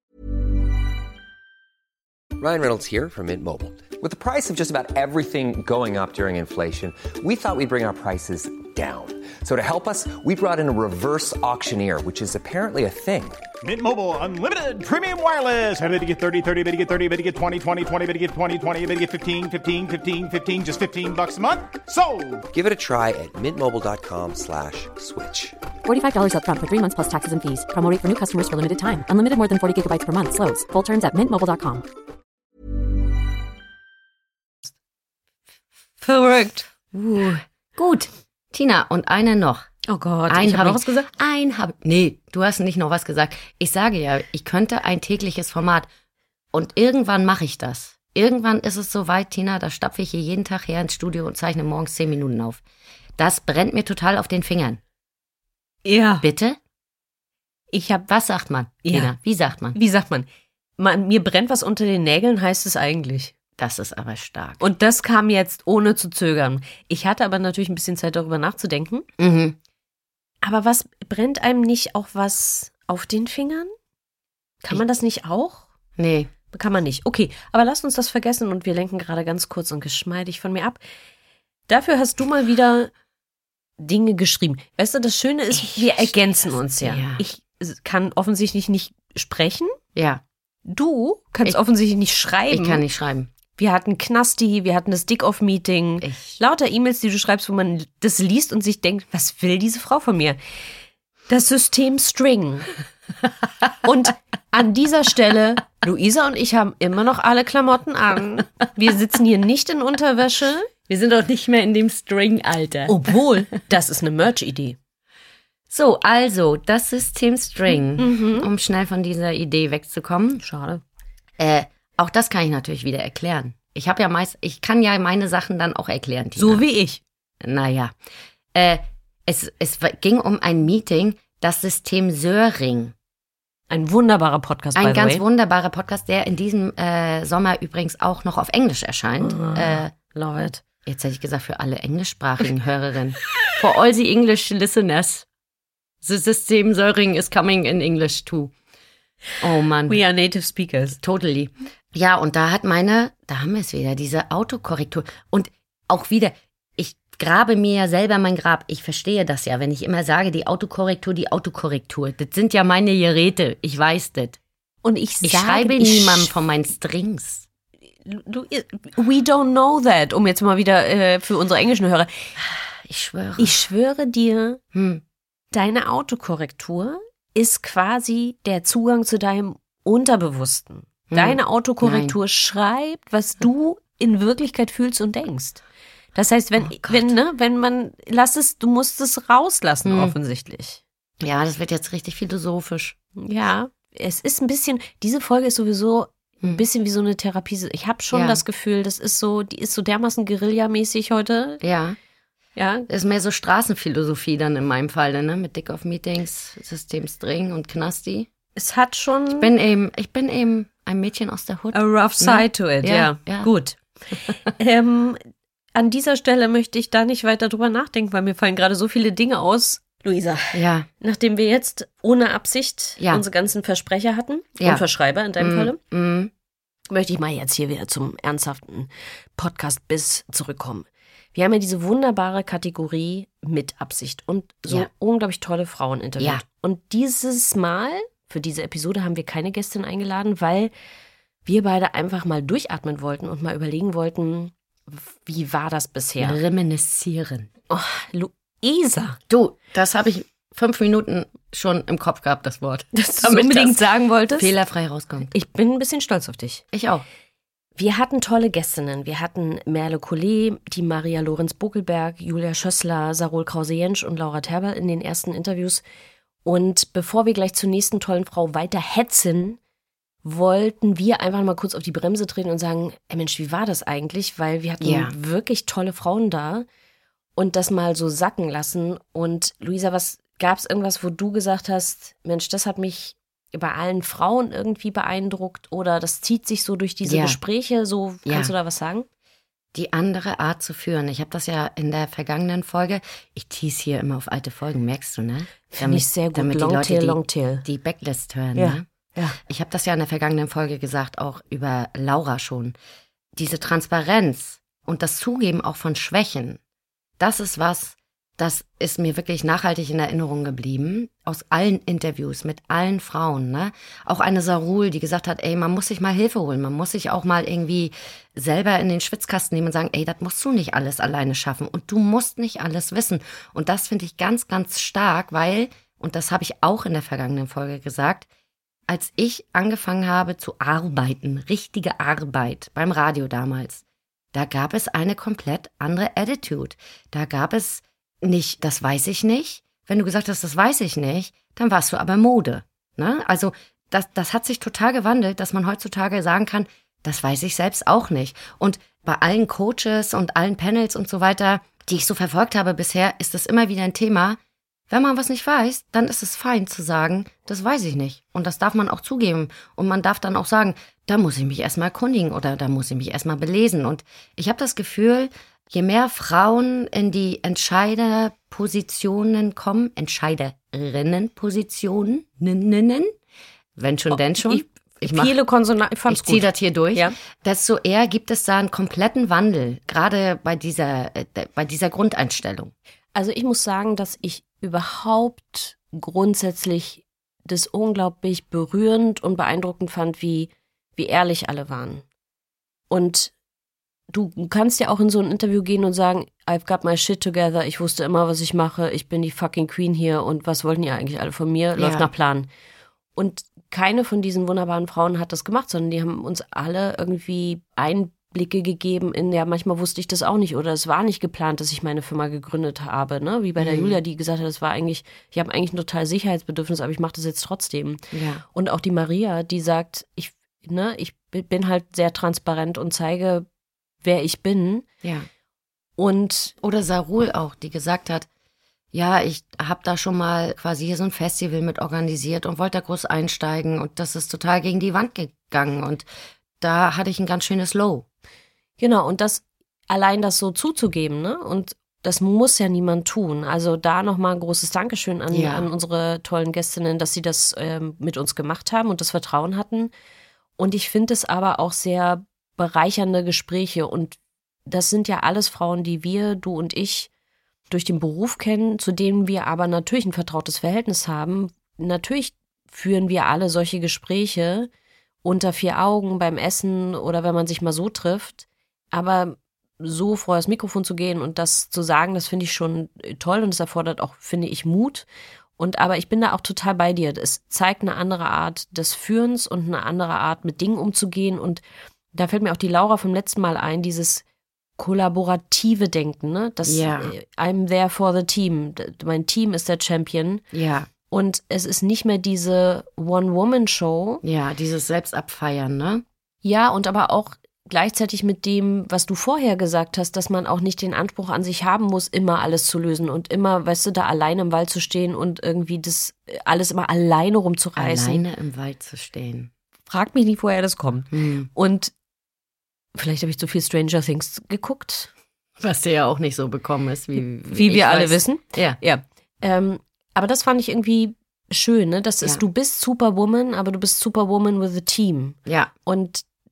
Ryan Reynolds here from Mint Mobile. With the price of just about everything going up during inflation, we thought we'd bring our prices down. So to help us, we brought in a reverse auctioneer, which is apparently a thing. Mint Mobile Unlimited Premium Wireless. How to get 30, 30, how to get 30, how to get 20, 20, 20, how to get 20, 20, how to get 15, 15, 15, 15, just $15 a month? Sold! Give it a try at mintmobile.com/switch. $45 up front for 3 months plus taxes and fees. Promo rate for new customers for limited time. Unlimited more than 40 gigabytes per month. Slows full terms at mintmobile.com. Verrückt. Gut. Tina, und eine noch. Oh Gott, ich habe noch was gesagt? Nee, du hast nicht noch was gesagt. Ich sage ja, ich könnte ein tägliches Format. Und irgendwann mache ich das. Irgendwann ist es soweit, Tina, da stapfe ich hier jeden Tag her ins Studio und zeichne morgens 10 Minuten auf. Das brennt mir total auf den Fingern. Ja. Bitte? Was sagt man, Tina? Ja. Wie sagt man? Mir brennt was unter den Nägeln, heißt es eigentlich. Das ist aber stark. Und das kam jetzt ohne zu zögern. Ich hatte aber natürlich ein bisschen Zeit, darüber nachzudenken. Mhm. Aber was brennt einem nicht auch was auf den Fingern? Kann man das nicht auch? Nee. Kann man nicht. Okay, aber lasst uns das vergessen und wir lenken gerade ganz kurz und geschmeidig von mir ab. Dafür hast du mal wieder Dinge geschrieben. Weißt du, das Schöne ist, wir ergänzen uns ja. Ich kann offensichtlich nicht sprechen. Ja. Du kannst offensichtlich nicht schreiben. Ich kann nicht schreiben. Wir hatten Knasti, wir hatten das Dick-Off-Meeting. Lauter E-Mails, die du schreibst, wo man das liest und sich denkt, was will diese Frau von mir? Das System String. Und an dieser Stelle, Luisa und ich haben immer noch alle Klamotten an. Wir sitzen hier nicht in Unterwäsche. Wir sind doch nicht mehr in dem String-Alter. Obwohl, das ist eine Merch-Idee. So, also, das System String, um schnell von dieser Idee wegzukommen. Schade. Auch das kann ich natürlich wieder erklären. Ich kann ja meine Sachen dann auch erklären, Tina. So wie ich. Naja. Es ging um ein Meeting, das System Söring. Ein wunderbarer Podcast, by the way. Ein ganz wunderbarer Podcast, der in diesem Sommer übrigens auch noch auf Englisch erscheint. Love it. Jetzt hätte ich gesagt, für alle englischsprachigen Hörerinnen. For all the English listeners. The System Söring is coming in English too. Oh Mann. We are native speakers. Totally. Ja, und da haben wir es wieder, diese Autokorrektur. Und auch wieder, ich grabe mir ja selber mein Grab. Ich verstehe das ja, wenn ich immer sage, die Autokorrektur. Das sind ja meine Geräte. Ich weiß das. Und ich schreibe niemandem von meinen Strings. We don't know that. Um jetzt mal wieder für unsere englischen Hörer. Ich schwöre. Ich schwöre dir, deine Autokorrektur ist quasi der Zugang zu deinem Unterbewussten. Deine Autokorrektur schreibt, was du in Wirklichkeit fühlst und denkst. Das heißt, du musst es rauslassen, offensichtlich. Ja, das wird jetzt richtig philosophisch. Ja, es ist ein bisschen, diese Folge ist sowieso ein bisschen wie so eine Therapie. Ich habe schon das Gefühl, die ist so dermaßen Guerilla-mäßig heute. Ja. Ja, ist mehr so Straßenphilosophie dann in meinem Fall, ne? Mit Dick-Off-Meetings, System String und Knasti. Es hat schon... Ich bin eben ein Mädchen aus der Hood. A rough side to it, ja. Gut. An dieser Stelle möchte ich da nicht weiter drüber nachdenken, weil mir fallen gerade so viele Dinge aus. Luisa, nachdem wir jetzt ohne Absicht unsere ganzen Versprecher hatten und Verschreiber in deinem Falle, möchte ich mal jetzt hier wieder zum ernsthaften Podcast-Biss zurückkommen. Wir haben ja diese wunderbare Kategorie mit Absicht und so unglaublich tolle Frauen interviewt. Ja. Und dieses Mal, für diese Episode, haben wir keine Gästin eingeladen, weil wir beide einfach mal durchatmen wollten und mal überlegen wollten, wie war das bisher? Reminiszieren. Oh, Luisa. Du, das habe ich 5 Minuten schon im Kopf gehabt, das Wort. Dass du unbedingt sagen wolltest. Fehlerfrei rauskommt. Ich bin ein bisschen stolz auf dich. Ich auch. Wir hatten tolle Gästinnen. Wir hatten Merle Collet, die Maria Lorenz Bokelberg, Julia Schössler, Sarol Krause-Jensch und Laura Terberl in den ersten Interviews. Und bevor wir gleich zur nächsten tollen Frau weiter hetzen, wollten wir einfach mal kurz auf die Bremse treten und sagen, ey Mensch, wie war das eigentlich? Weil wir hatten wirklich tolle Frauen da und das mal so sacken lassen. Und Luisa, gab es irgendwas, wo du gesagt hast, Mensch, das hat mich bei allen Frauen irgendwie beeindruckt oder das zieht sich so durch diese Gespräche, so kannst du da was sagen? Die andere Art zu führen. Ich habe das ja in der vergangenen Folge, ich tease hier immer auf alte Folgen, merkst du, ne? Finde ich sehr gut, damit Longtail. Die Backlist hören, ja. ne? Ja. Ich habe das ja in der vergangenen Folge gesagt, auch über Laura schon. Diese Transparenz und das Zugeben auch von Schwächen, das ist was, das ist mir wirklich nachhaltig in Erinnerung geblieben. Aus allen Interviews mit allen Frauen, ne? Auch eine Sarul, die gesagt hat, ey, man muss sich mal Hilfe holen. Man muss sich auch mal irgendwie selber in den Schwitzkasten nehmen und sagen, ey, das musst du nicht alles alleine schaffen. Und du musst nicht alles wissen. Und das finde ich ganz, ganz stark, weil, und das habe ich auch in der vergangenen Folge gesagt, als ich angefangen habe zu arbeiten, richtige Arbeit beim Radio damals, da gab es eine komplett andere Attitude. Da gab es nicht, das weiß ich nicht. Wenn du gesagt hast, das weiß ich nicht, dann warst du aber Mode. Ne? Also das hat sich total gewandelt, dass man heutzutage sagen kann, das weiß ich selbst auch nicht. Und bei allen Coaches und allen Panels und so weiter, die ich so verfolgt habe bisher, ist das immer wieder ein Thema. Wenn man was nicht weiß, dann ist es fein zu sagen, das weiß ich nicht. Und das darf man auch zugeben. Und man darf dann auch sagen, da muss ich mich erstmal erkundigen oder da muss ich mich erstmal belesen. Und ich habe das Gefühl, je mehr Frauen in die Entscheiderpositionen kommen, Entscheiderinnenpositionen, wenn schon, denn schon. Ich ziehe das hier durch. Ja. Desto eher gibt es da einen kompletten Wandel, gerade bei dieser Grundeinstellung. Also ich muss sagen, dass ich überhaupt grundsätzlich das unglaublich berührend und beeindruckend fand, wie ehrlich alle waren. Und du kannst ja auch in so ein Interview gehen und sagen, I've got my shit together, ich wusste immer, was ich mache, ich bin die fucking Queen hier und was wollten ihr eigentlich alle von mir? Läuft nach Plan. Und keine von diesen wunderbaren Frauen hat das gemacht, sondern die haben uns alle irgendwie Einblicke gegeben in, ja, manchmal wusste ich das auch nicht oder es war nicht geplant, dass ich meine Firma gegründet habe, ne? Wie bei der Julia, die gesagt hat, ich habe eigentlich ein total Sicherheitsbedürfnis, aber ich mache das jetzt trotzdem. Ja. Und auch die Maria, die sagt, ich bin halt sehr transparent und zeige, wer ich bin. Ja. Und oder Sarul auch, die gesagt hat, ja, ich habe da schon mal quasi hier so ein Festival mit organisiert und wollte da groß einsteigen und das ist total gegen die Wand gegangen und da hatte ich ein ganz schönes Low. Genau, und das so zuzugeben, ne? Und das muss ja niemand tun. Also da nochmal ein großes Dankeschön an unsere tollen Gästinnen, dass sie das mit uns gemacht haben und das Vertrauen hatten. Und ich finde es aber auch sehr bereichernde Gespräche und das sind ja alles Frauen, die wir, du und ich, durch den Beruf kennen, zu denen wir aber natürlich ein vertrautes Verhältnis haben. Natürlich führen wir alle solche Gespräche unter 4 Augen beim Essen oder wenn man sich mal so trifft. Aber so vor das Mikrofon zu gehen und das zu sagen, das finde ich schon toll und es erfordert auch, finde ich, Mut. Aber ich bin da auch total bei dir. Es zeigt eine andere Art des Führens und eine andere Art, mit Dingen umzugehen. Und da fällt mir auch die Laura vom letzten Mal ein, dieses kollaborative Denken, ne? Das I'm there for the team. Mein Team ist der Champion. Ja. Und es ist nicht mehr diese One-Woman-Show. Ja, dieses Selbstabfeiern, ne? Ja, und aber auch gleichzeitig mit dem, was du vorher gesagt hast, dass man auch nicht den Anspruch an sich haben muss, immer alles zu lösen und immer, weißt du, da alleine im Wald zu stehen und irgendwie das alles immer alleine rumzureißen. Alleine im Wald zu stehen. Frag mich nicht, woher das kommt. Und vielleicht habe ich zu viel Stranger Things geguckt. Was dir ja auch nicht so bekommen ist, wie wir alle wissen. Ja. Aber das fand ich irgendwie schön, ne? Das ist, du bist Superwoman, aber du bist Superwoman with a Team. Ja. Und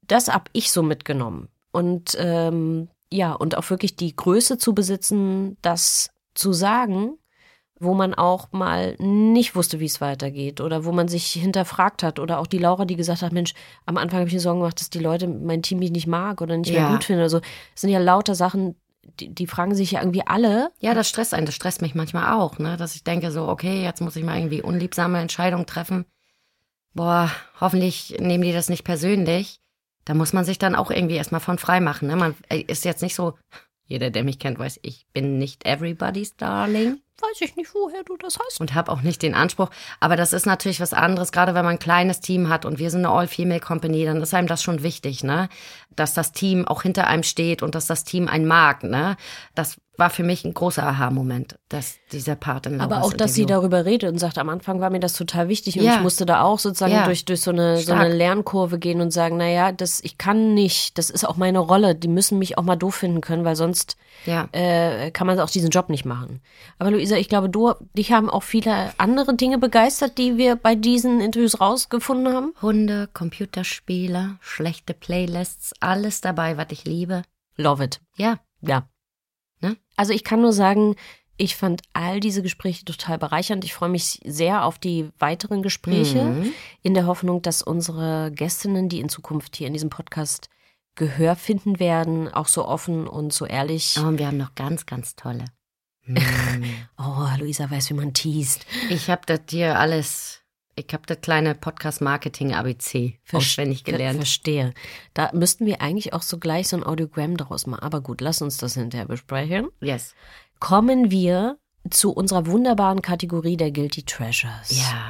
das habe ich so mitgenommen. Und und auch wirklich die Größe zu besitzen, das zu sagen, wo man auch mal nicht wusste, wie es weitergeht oder wo man sich hinterfragt hat. Oder auch die Laura, die gesagt hat, Mensch, am Anfang habe ich mir Sorgen gemacht, dass die Leute mein Team mich nicht mag oder nicht mehr gut finden oder so. Das sind ja lauter Sachen, die fragen sich ja irgendwie alle. Ja, das stresst einen. Das stresst mich manchmal auch, ne? Dass ich denke so, okay, jetzt muss ich mal irgendwie unliebsame Entscheidungen treffen. Boah, hoffentlich nehmen die das nicht persönlich. Da muss man sich dann auch irgendwie erstmal von frei machen, ne? Man ist jetzt nicht so, jeder, der mich kennt, weiß, ich bin nicht everybody's darling. Weiß ich nicht, woher du das hast. Und habe auch nicht den Anspruch. Aber das ist natürlich was anderes, gerade wenn man ein kleines Team hat und wir sind eine All-Female-Company, dann ist einem das schon wichtig, ne? Dass das Team auch hinter einem steht und dass das Team einen mag, ne? Das war für mich ein großer Aha-Moment, dass dieser Part in Lauras Aber auch, dass sie darüber redet und sagt, am Anfang war mir das total wichtig und ich musste da auch sozusagen durch so eine Lernkurve gehen und sagen, naja, ich kann nicht, das ist auch meine Rolle, die müssen mich auch mal doof finden können, weil sonst kann man auch diesen Job nicht machen. Aber Luisa, ich glaube, dich haben auch viele andere Dinge begeistert, die wir bei diesen Interviews rausgefunden haben. Hunde, Computerspiele, schlechte Playlists, alles dabei, was ich liebe. Love it. Ja. Ja. Ne? Also ich kann nur sagen, ich fand all diese Gespräche total bereichernd. Ich freue mich sehr auf die weiteren Gespräche, in der Hoffnung, dass unsere Gästinnen, die in Zukunft hier in diesem Podcast Gehör finden werden, auch so offen und so ehrlich. Oh, und wir haben noch ganz, ganz tolle. Oh, Luisa weiß, wie man teast. Ich habe das hier alles... Ich habe das kleine Podcast-Marketing-ABC auswendig gelernt. Verstehe. Da müssten wir eigentlich auch so gleich so ein Audiogramm daraus machen. Aber gut, lass uns das hinterher besprechen. Yes. Kommen wir zu unserer wunderbaren Kategorie der Guilty Treasures. Ja.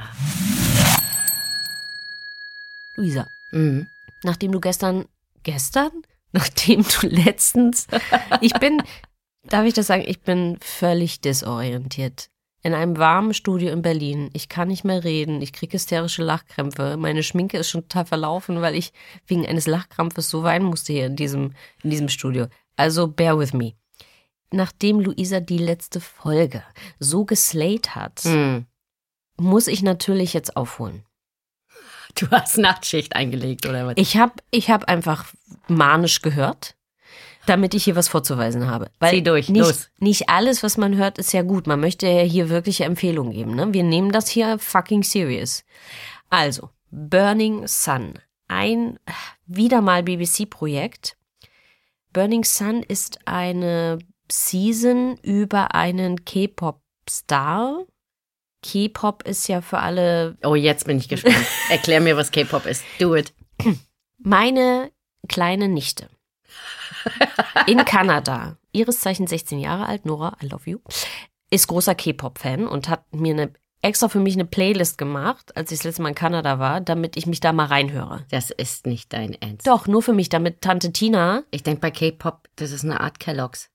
Luisa, nachdem du nachdem du letztens, darf ich das sagen, ich bin völlig desorientiert. In einem warmen Studio in Berlin. Ich kann nicht mehr reden. Ich kriege hysterische Lachkrämpfe. Meine Schminke ist schon total verlaufen, weil ich wegen eines Lachkrampfes so weinen musste hier in diesem Studio. Also bear with me. Nachdem Luisa die letzte Folge so geslayt hat, muss ich natürlich jetzt aufholen. Du hast Nachtschicht eingelegt, oder was? Ich hab einfach manisch gehört, damit ich hier was vorzuweisen habe. Weil zieh durch, los. Nicht alles, was man hört, ist ja gut. Man möchte ja hier wirkliche Empfehlungen geben. Ne? Wir nehmen das hier fucking serious. Also, Burning Sun. Ein wieder mal BBC-Projekt. Burning Sun ist eine Season über einen K-Pop-Star. K-Pop ist ja für alle... Oh, jetzt bin ich gespannt. Erklär mir, was K-Pop ist. Do it. Meine kleine Nichte in Kanada, ihres Zeichens 16 Jahre alt, Nora, I love you, ist großer K-Pop-Fan und hat mir extra für mich eine Playlist gemacht, als ich das letzte Mal in Kanada war, damit ich mich da mal reinhöre. Das ist nicht dein Ernst. Doch, nur für mich, damit Tante Tina... Ich denke bei K-Pop, das ist eine Art Kellogg's.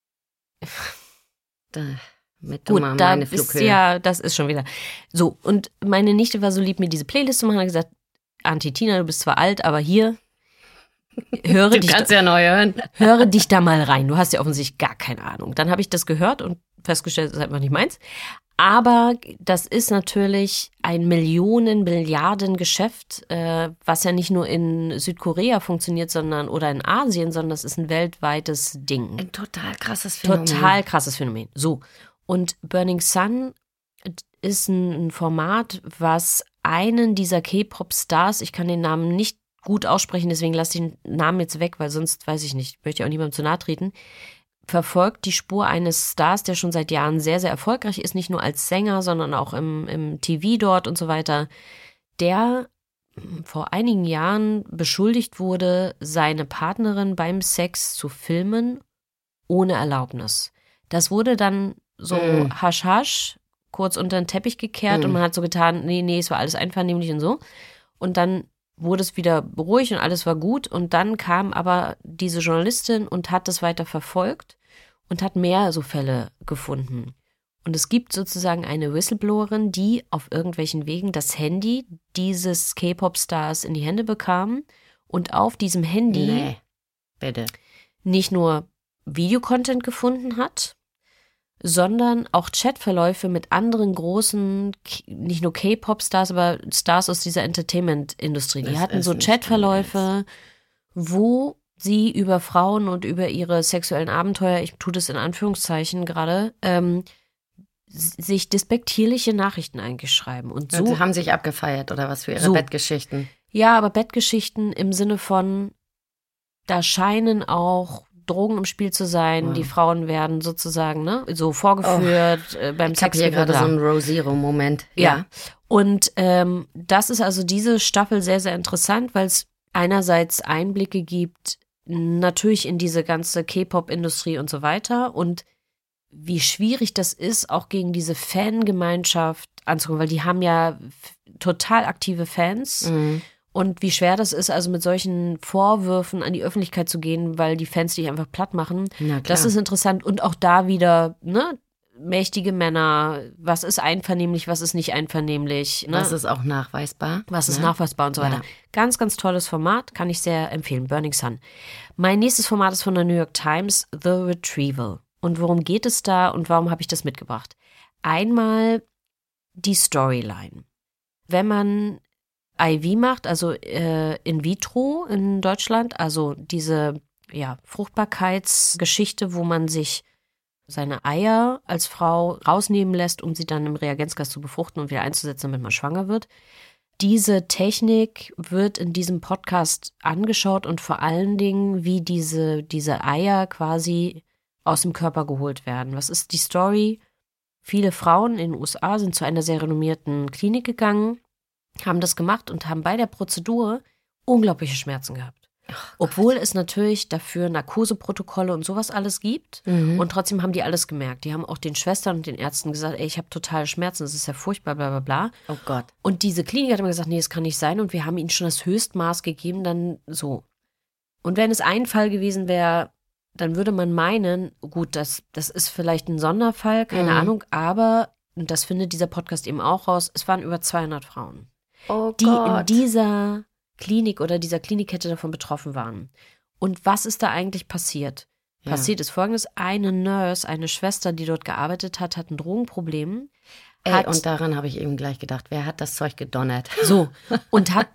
Gut, da ist ja, das ist schon wieder. So, und meine Nichte war so lieb, mir diese Playlist zu machen, hat gesagt, Auntie Tina, du bist zwar alt, aber hier... Höre dich da mal rein. Du hast ja offensichtlich gar keine Ahnung. Dann habe ich das gehört und festgestellt, das ist einfach nicht meins. Aber das ist natürlich ein Millionen-Milliarden-Geschäft, was ja nicht nur in Südkorea funktioniert, oder in Asien, sondern das ist ein weltweites Ding. Ein total krasses Phänomen. So. Und Burning Sun ist ein Format, was einen dieser K-Pop-Stars, ich kann den Namen nicht gut aussprechen, deswegen lasse ich den Namen jetzt weg, weil sonst weiß ich nicht, möchte ich auch niemandem zu nahe treten, verfolgt die Spur eines Stars, der schon seit Jahren sehr, sehr erfolgreich ist, nicht nur als Sänger, sondern auch im TV dort und so weiter, der vor einigen Jahren beschuldigt wurde, seine Partnerin beim Sex zu filmen, ohne Erlaubnis. Das wurde dann so hasch, kurz unter den Teppich gekehrt und man hat so getan, nee, es war alles einvernehmlich und so. Und dann wurde es wieder beruhigt und alles war gut. Und dann kam aber diese Journalistin und hat das weiter verfolgt und hat mehr so Fälle gefunden. Und es gibt sozusagen eine Whistleblowerin, die auf irgendwelchen Wegen das Handy dieses K-Pop-Stars in die Hände bekam und auf diesem Handy nicht nur Videocontent gefunden hat, sondern auch Chatverläufe mit anderen großen, nicht nur K-Pop-Stars, aber Stars aus dieser Entertainment-Industrie. Die hatten so Chatverläufe wo sie über Frauen und über ihre sexuellen Abenteuer, ich tue das in Anführungszeichen gerade, sich despektierliche Nachrichten eigentlich schreiben. Und so sie haben sich abgefeiert oder was für ihre Bettgeschichten. Ja, aber Bettgeschichten im Sinne von, da scheinen auch Drogen im Spiel zu sein. Die Frauen werden sozusagen so vorgeführt beim Sex. Ich habe hier gerade so einen Rosero-Moment. Ja. Und das ist also diese Staffel sehr, sehr interessant, weil es einerseits Einblicke gibt, natürlich in diese ganze K-Pop-Industrie und so weiter und wie schwierig das ist, auch gegen diese Fangemeinschaft anzukommen, weil die haben ja total aktive Fans. Und wie schwer das ist, also mit solchen Vorwürfen an die Öffentlichkeit zu gehen, weil die Fans dich einfach platt machen. Das ist interessant. Und auch da wieder, mächtige Männer, was ist einvernehmlich, was ist nicht einvernehmlich. Was ist auch nachweisbar. Was ist nachweisbar und so weiter. Ganz, ganz tolles Format, kann ich sehr empfehlen. Burning Sun. Mein nächstes Format ist von der New York Times, The Retrieval. Und worum geht es da und warum habe ich das mitgebracht? Einmal die Storyline. Wenn man IV macht, also in vitro in Deutschland, also diese Fruchtbarkeitsgeschichte, wo man sich seine Eier als Frau rausnehmen lässt, um sie dann im Reagenzgas zu befruchten und wieder einzusetzen, damit man schwanger wird. Diese Technik wird in diesem Podcast angeschaut und vor allen Dingen, wie diese Eier quasi aus dem Körper geholt werden. Was ist die Story? Viele Frauen in den USA sind zu einer sehr renommierten Klinik gegangen, haben das gemacht und haben bei der Prozedur unglaubliche Schmerzen gehabt. Obwohl es natürlich dafür Narkoseprotokolle und sowas alles gibt. Und trotzdem haben die alles gemerkt. Die haben auch den Schwestern und den Ärzten gesagt, ich habe totale Schmerzen, das ist ja furchtbar, bla bla bla. Oh Gott. Und diese Klinik hat immer gesagt, nee, das kann nicht sein. Und wir haben ihnen schon das Höchstmaß gegeben, dann so. Und wenn es ein Fall gewesen wäre, dann würde man meinen, gut, das ist vielleicht ein Sonderfall, keine Ahnung, aber, und das findet dieser Podcast eben auch raus, es waren über 200 Frauen, die in dieser Klinik oder dieser Klinikkette davon betroffen waren. Und was ist da eigentlich passiert? Ja. Passiert ist Folgendes, eine Nurse, eine Schwester, die dort gearbeitet hat, hat ein Drogenproblem. Und daran habe ich eben gleich gedacht, wer hat das Zeug gedonnert? So, und hat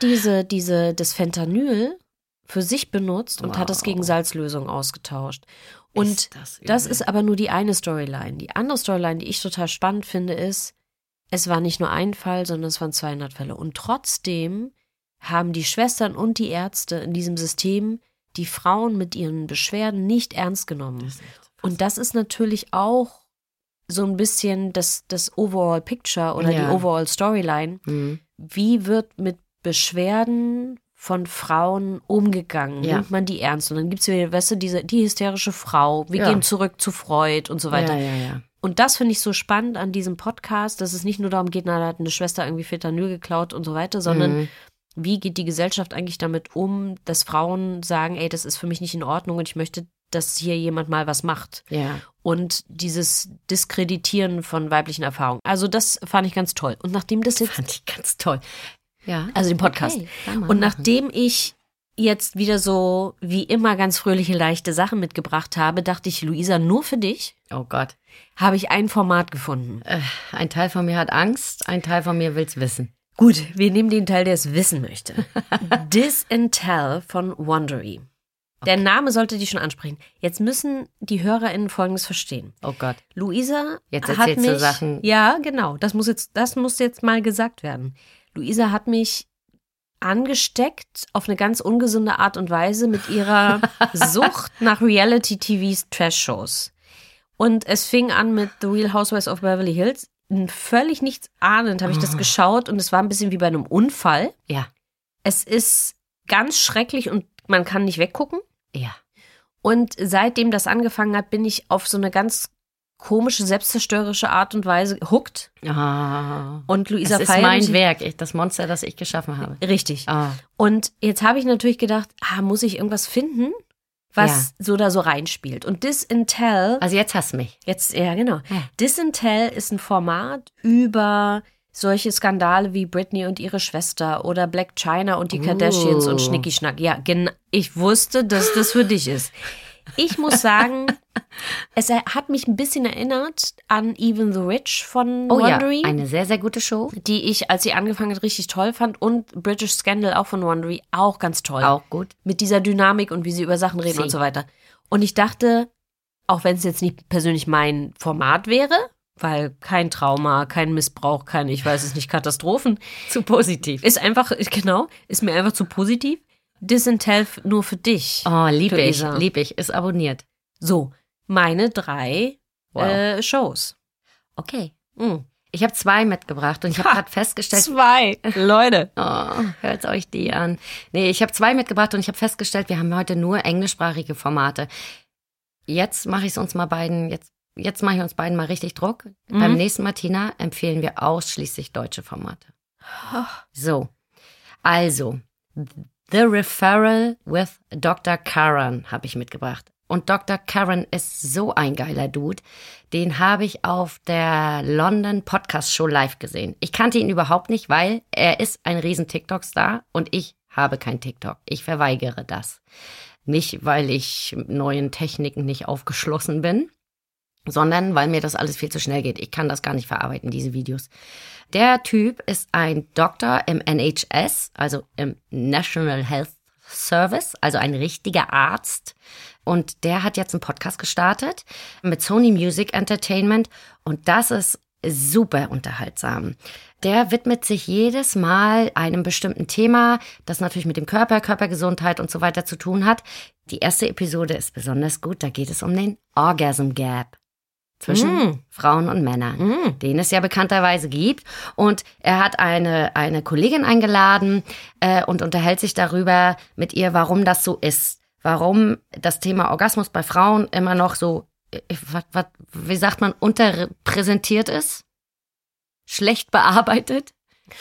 das Fentanyl für sich benutzt und hat es gegen Salzlösung ausgetauscht. Und das ist aber nur die eine Storyline. Die andere Storyline, die ich total spannend finde, ist, es war nicht nur ein Fall, sondern es waren 200 Fälle. Und trotzdem haben die Schwestern und die Ärzte in diesem System die Frauen mit ihren Beschwerden nicht ernst genommen. Und das ist natürlich auch so ein bisschen das Overall Picture oder die Overall Storyline. Wie wird mit Beschwerden von Frauen umgegangen? Nimmt man die ernst? Und dann gibt es wieder, weißt du, die hysterische Frau, wir gehen zurück zu Freud und so weiter. Ja. Und das finde ich so spannend an diesem Podcast, dass es nicht nur darum geht, da hat eine Schwester irgendwie Fentanyl geklaut und so weiter, sondern wie geht die Gesellschaft eigentlich damit um, dass Frauen sagen, das ist für mich nicht in Ordnung und ich möchte, dass hier jemand mal was macht. Ja. Und dieses Diskreditieren von weiblichen Erfahrungen. Also das fand ich ganz toll. Und nachdem das jetzt... Fand ich ganz toll. Ja. Also den Podcast. Okay, und nachdem ich jetzt wieder so wie immer ganz fröhliche, leichte Sachen mitgebracht habe, dachte ich, Luisa, nur für dich. Oh Gott. Habe ich ein Format gefunden. Ein Teil von mir hat Angst, ein Teil von mir will's wissen. Gut, wir nehmen den Teil, der es wissen möchte. Dis and Tell von Wondery. Okay. Der Name sollte dich schon ansprechen. Jetzt müssen die HörerInnen Folgendes verstehen. Oh Gott. Luisa jetzt erzählst du Sachen. Ja, genau. Das muss jetzt mal gesagt werden. Luisa hat mich angesteckt auf eine ganz ungesunde Art und Weise mit ihrer Sucht nach Reality-TVs, Trash-Shows. Und es fing an mit The Real Housewives of Beverly Hills. Völlig nichts ahnend habe ich das geschaut und es war ein bisschen wie bei einem Unfall. Ja. Es ist ganz schrecklich und man kann nicht weggucken. Ja. Und seitdem das angefangen hat, bin ich auf so eine ganz komische, selbstzerstörerische Art und Weise hooked. Und Luisa das ist mein Werk, das Monster, das ich geschaffen habe. Richtig. Und jetzt habe ich natürlich gedacht, muss ich irgendwas finden, was so da so reinspielt. Und Dis and Tell. Also jetzt hast du mich. Jetzt, ja, genau. Ja. Dis and Tell ist ein Format über solche Skandale wie Britney und ihre Schwester oder Black China und die Kardashians und Schnicki-Schnack. Ja, ich wusste, dass das für dich ist. Ich muss sagen, es hat mich ein bisschen erinnert an Even the Rich von Wondery. Ja, eine sehr, sehr gute Show. Die ich, als sie angefangen hat, richtig toll fand. Und British Scandal auch von Wondery, auch ganz toll. Auch gut. Mit dieser Dynamik und wie sie über Sachen reden und so weiter. Und ich dachte, auch wenn es jetzt nicht persönlich mein Format wäre, weil kein Trauma, kein Missbrauch, ich weiß es nicht, Katastrophen. Zu positiv. Ist mir einfach zu positiv. Dis and Tell nur für dich. Oh, lieb ich, ist abonniert. So, meine 3 Shows. Okay. Ich habe 2 mitgebracht und ich habe gerade festgestellt... 2, Leute. Oh, hört euch die an. Nee, ich habe 2 mitgebracht und ich habe festgestellt, wir haben heute nur englischsprachige Formate. Jetzt mache ich es uns mal beiden, jetzt mache ich uns beiden mal richtig Druck. Beim nächsten Mal, Tina, empfehlen wir ausschließlich deutsche Formate. So, also, The Referral with Dr. Karan habe ich mitgebracht. Und Dr. Karan ist so ein geiler Dude. Den habe ich auf der London Podcast Show live gesehen. Ich kannte ihn überhaupt nicht, weil er ist ein riesen TikTok-Star und ich habe kein TikTok. Ich verweigere das. Nicht, weil ich neuen Techniken nicht aufgeschlossen bin, sondern weil mir das alles viel zu schnell geht. Ich kann das gar nicht verarbeiten, diese Videos. Der Typ ist ein Doktor im NHS, also im National Health Service, also ein richtiger Arzt. Und der hat jetzt einen Podcast gestartet mit Sony Music Entertainment und das ist super unterhaltsam. Der widmet sich jedes Mal einem bestimmten Thema, das natürlich mit dem Körper, Körpergesundheit und so weiter zu tun hat. Die erste Episode ist besonders gut, da geht es um den Orgasm Gap zwischen Frauen und Männern, den es ja bekannterweise gibt. Und er hat eine Kollegin eingeladen und unterhält sich darüber mit ihr, warum das so ist. Warum das Thema Orgasmus bei Frauen immer noch so, wie sagt man, unterrepräsentiert ist? Schlecht bearbeitet?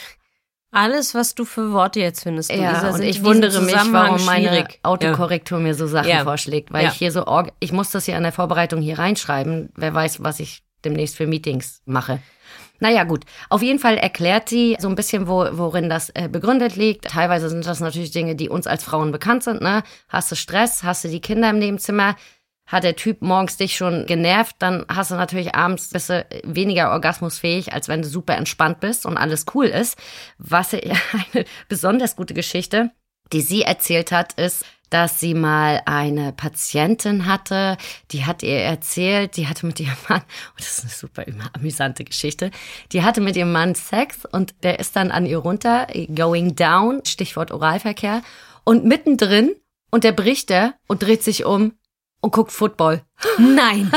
Alles, was du für Worte jetzt findest. Ja, und ich wundere mich, warum meine Autokorrektur mir so Sachen vorschlägt. Weil ich hier so, ich muss das hier an der Vorbereitung hier reinschreiben. Wer weiß, was ich demnächst für Meetings mache. Naja, gut. Auf jeden Fall erklärt sie so ein bisschen, worin das begründet liegt. Teilweise sind das natürlich Dinge, die uns als Frauen bekannt sind. Ne? Hast du Stress? Hast du die Kinder im Nebenzimmer? Hat der Typ morgens dich schon genervt, dann hast du natürlich abends bist du weniger orgasmusfähig, als wenn du super entspannt bist und alles cool ist. Was eine besonders gute Geschichte, die sie erzählt hat, ist, dass sie mal eine Patientin hatte, die hat ihr erzählt, die hatte mit ihrem Mann, das ist eine super amüsante Geschichte, die hatte mit ihrem Mann Sex und der ist dann an ihr runter, going down, Stichwort Oralverkehr, und mittendrin unterbricht er und dreht sich um und guckt Football. Nein.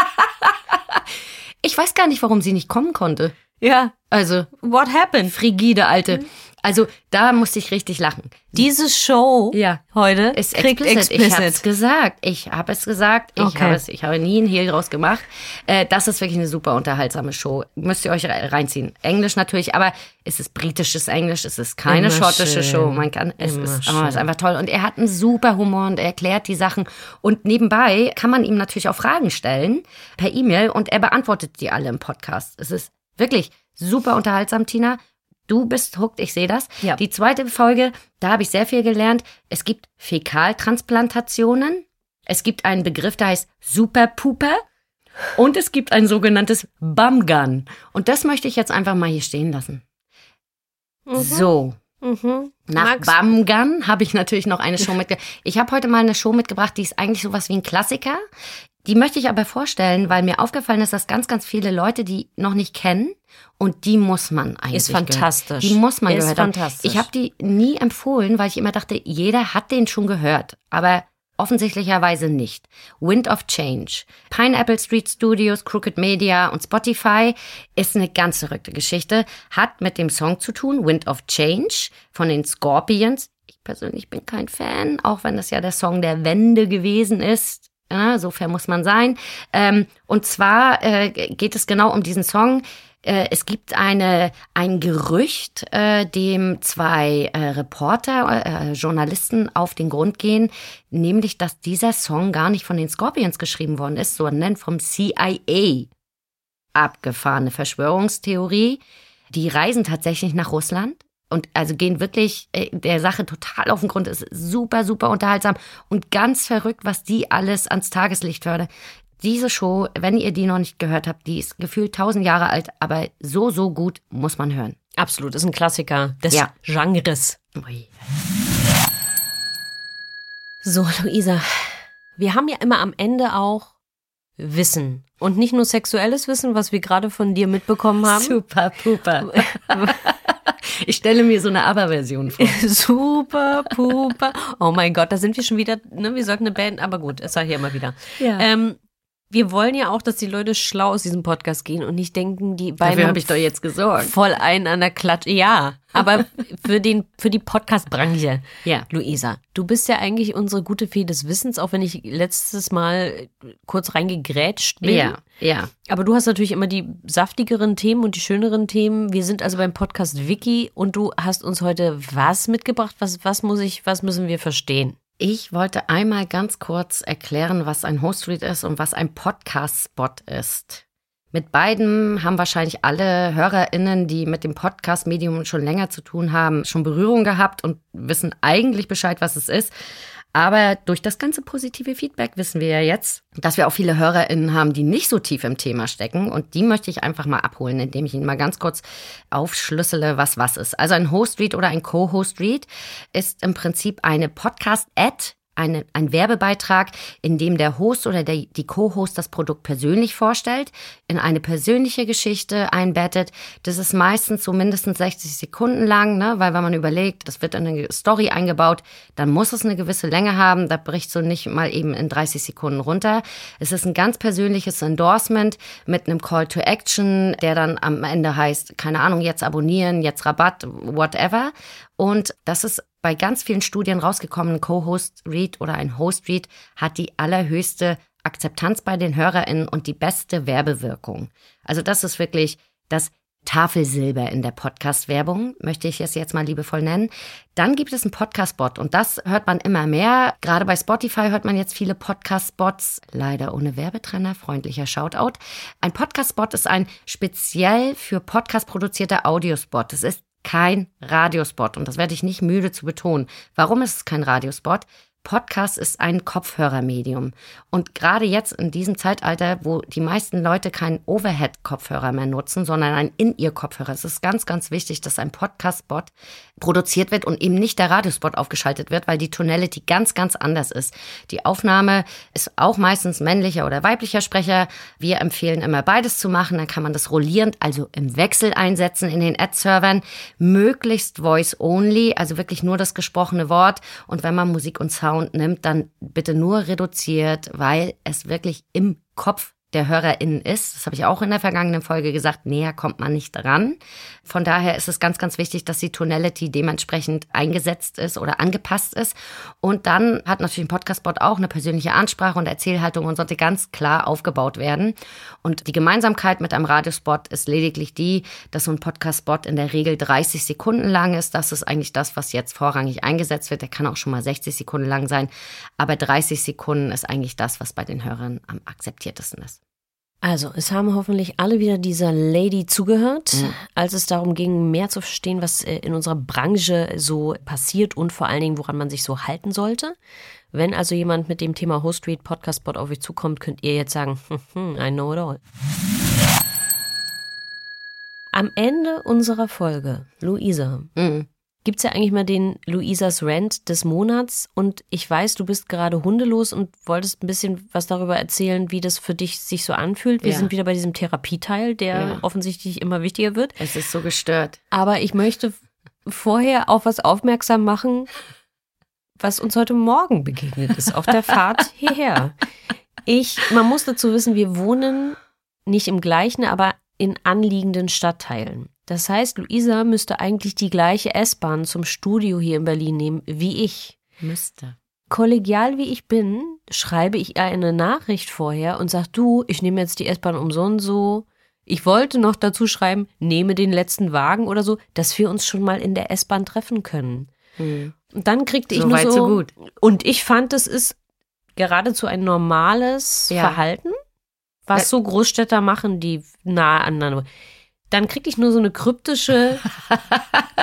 Ich weiß gar nicht, warum sie nicht kommen konnte. Ja. Also, what happened? Frigide Alte. Also, da musste ich richtig lachen. Diese Show heute ist explicit. Ich habe es gesagt. Ich habe nie einen Hehl draus gemacht. Das ist wirklich eine super unterhaltsame Show. Müsst ihr euch reinziehen. Englisch natürlich, aber es ist britisches Englisch. Es ist keine schottische Show. Man kann, es ist einfach toll. Und er hat einen super Humor und er erklärt die Sachen. Und nebenbei kann man ihm natürlich auch Fragen stellen per E-Mail und er beantwortet die alle im Podcast. Es ist wirklich super unterhaltsam, Tina. Du bist hooked, ich sehe das. Ja. Die zweite Folge, da habe ich sehr viel gelernt. Es gibt Fäkaltransplantationen. Es gibt einen Begriff, der heißt Superpuper. Und es gibt ein sogenanntes Bumgun. Und das möchte ich jetzt einfach mal hier stehen lassen. So. Nach Bumgun habe ich natürlich noch eine Show mitgebracht. Ich habe heute mal eine Show mitgebracht, die ist eigentlich sowas wie ein Klassiker. Die möchte ich aber vorstellen, weil mir aufgefallen ist, dass ganz, ganz viele Leute die noch nicht kennen und die muss man eigentlich Ist fantastisch. Die muss man gehört haben. Fantastisch. Ich habe die nie empfohlen, weil ich immer dachte, jeder hat den schon gehört, aber offensichtlicherweise nicht. Wind of Change. Pineapple Street Studios, Crooked Media und Spotify ist eine ganz verrückte Geschichte. Hat mit dem Song zu tun, Wind of Change von den Scorpions. Ich persönlich bin kein Fan, auch wenn das ja der Song der Wende gewesen ist. Ja, so fair muss man sein. Und zwar geht es genau um diesen Song. Es gibt ein Gerücht, dem 2 Reporter, Journalisten auf den Grund gehen, nämlich, dass dieser Song gar nicht von den Scorpions geschrieben worden ist, sondern vom CIA. Abgefahrene Verschwörungstheorie. Die reisen tatsächlich nach Russland und also gehen wirklich der Sache total auf den Grund. Ist super, super unterhaltsam und ganz verrückt, was die alles ans Tageslicht fördern. Diese Show, wenn ihr die noch nicht gehört habt, die ist gefühlt 1000 Jahre alt, aber so gut muss man hören. Absolut, ist ein Klassiker des Genres. Ui. So, Luisa, wir haben ja immer am Ende auch Wissen. Und nicht nur sexuelles Wissen, was wir gerade von dir mitbekommen haben. Super, puper. Ich stelle mir so eine ABBA-Version vor. Super, puper. Oh mein Gott, da sind wir schon wieder, ne? Wir sollten eine Band, aber gut, es sei hier immer wieder. Ja. Wir wollen ja auch, dass die Leute schlau aus diesem Podcast gehen und nicht denken, die beiden dafür habe ich doch jetzt gesorgt. Voll einen an der Klatsche. Ja, aber für die Podcast-Branche. Ja. Luisa, du bist ja eigentlich unsere gute Fee des Wissens, auch wenn ich letztes Mal kurz reingegrätscht bin. Ja. Aber du hast natürlich immer die saftigeren Themen und die schöneren Themen. Wir sind also beim Podcast Wiki und du hast uns heute was mitgebracht? Was müssen wir verstehen? Ich wollte einmal ganz kurz erklären, was ein Host-Read ist und was ein Podcast-Spot ist. Mit beiden haben wahrscheinlich alle HörerInnen, die mit dem Podcast-Medium schon länger zu tun haben, schon Berührung gehabt und wissen eigentlich Bescheid, was es ist. Aber durch das ganze positive Feedback wissen wir ja jetzt, dass wir auch viele HörerInnen haben, die nicht so tief im Thema stecken. Und die möchte ich einfach mal abholen, indem ich Ihnen mal ganz kurz aufschlüssele, was ist. Also ein Host-Read oder ein Co-Host-Read ist im Prinzip eine Podcast-Ad, ein Werbebeitrag, in dem der Host oder die Co-Host das Produkt persönlich vorstellt, in eine persönliche Geschichte einbettet. Das ist meistens so mindestens 60 Sekunden lang, ne? Weil wenn man überlegt, das wird in eine Story eingebaut, dann muss es eine gewisse Länge haben. Da bricht so nicht mal eben in 30 Sekunden runter. Es ist ein ganz persönliches Endorsement mit einem Call to Action, der dann am Ende heißt, keine Ahnung, jetzt abonnieren, jetzt Rabatt, whatever. Und das ist bei ganz vielen Studien rausgekommen, ein Co-Host-Read oder ein Host-Read hat die allerhöchste Akzeptanz bei den HörerInnen und die beste Werbewirkung. Also das ist wirklich das Tafelsilber in der Podcast-Werbung, möchte ich es jetzt mal liebevoll nennen. Dann gibt es einen Podcast-Spot und das hört man immer mehr. Gerade bei Spotify hört man jetzt viele Podcast-Spots, leider ohne Werbetrenner, freundlicher Shoutout. Ein Podcast-Spot ist ein speziell für Podcast produzierter Audiospot. Es ist kein Radiospot und das werde ich nicht müde zu betonen. Warum ist es kein Radiospot? Podcast ist ein Kopfhörermedium. Und gerade jetzt in diesem Zeitalter, wo die meisten Leute keinen Overhead-Kopfhörer mehr nutzen, sondern einen In-Ear-Kopfhörer, es ist ganz, ganz wichtig, dass ein Podcast-Spot produziert wird und eben nicht der Radiospot aufgeschaltet wird, weil die Tonality ganz, ganz anders ist. Die Aufnahme ist auch meistens männlicher oder weiblicher Sprecher. Wir empfehlen immer beides zu machen. Dann kann man das rollierend, also im Wechsel einsetzen in den Ad-Servern. Möglichst Voice-Only, also wirklich nur das gesprochene Wort. Und wenn man Musik und Sound nimmt, dann bitte nur reduziert, weil es wirklich im Kopf der HörerInnen ist. Das habe ich auch in der vergangenen Folge gesagt, näher kommt man nicht dran. Von daher ist es ganz, ganz wichtig, dass die Tonality dementsprechend eingesetzt ist oder angepasst ist. Und dann hat natürlich ein Podcast-Spot auch eine persönliche Ansprache und Erzählhaltung und sollte ganz klar aufgebaut werden. Und die Gemeinsamkeit mit einem Radiospot ist lediglich die, dass so ein Podcast-Spot in der Regel 30 Sekunden lang ist. Das ist eigentlich das, was jetzt vorrangig eingesetzt wird. Der kann auch schon mal 60 Sekunden lang sein. Aber 30 Sekunden ist eigentlich das, was bei den Hörern am akzeptiertesten ist. Also, es haben hoffentlich alle wieder dieser Lady zugehört, als es darum ging, mehr zu verstehen, was in unserer Branche so passiert und vor allen Dingen, woran man sich so halten sollte. Wenn also jemand mit dem Thema Host-Read Podcast-Spot auf euch zukommt, könnt ihr jetzt sagen, I know it all. Am Ende unserer Folge, Luisa, gibt's ja eigentlich mal den Luisas Rant des Monats und ich weiß, du bist gerade hundelos und wolltest ein bisschen was darüber erzählen, wie das für dich sich so anfühlt. Wir sind wieder bei diesem Therapieteil, der offensichtlich immer wichtiger wird. Es ist so gestört. Aber ich möchte vorher auf was aufmerksam machen, was uns heute Morgen begegnet ist, auf der Fahrt hierher. Man muss dazu wissen, wir wohnen nicht im gleichen, aber in anliegenden Stadtteilen. Das heißt, Luisa müsste eigentlich die gleiche S-Bahn zum Studio hier in Berlin nehmen wie ich. Müsste. Kollegial wie ich bin, schreibe ich ihr eine Nachricht vorher und sage, du, ich nehme jetzt die S-Bahn um so und so. Ich wollte noch dazu schreiben, nehme den letzten Wagen oder so, dass wir uns schon mal in der S-Bahn treffen können. Und dann kriegte ich so nur weit, so gut. Und ich fand, es ist geradezu ein normales Verhalten, was so Großstädter machen, die nah aneinander. Dann kriegte ich nur so eine kryptische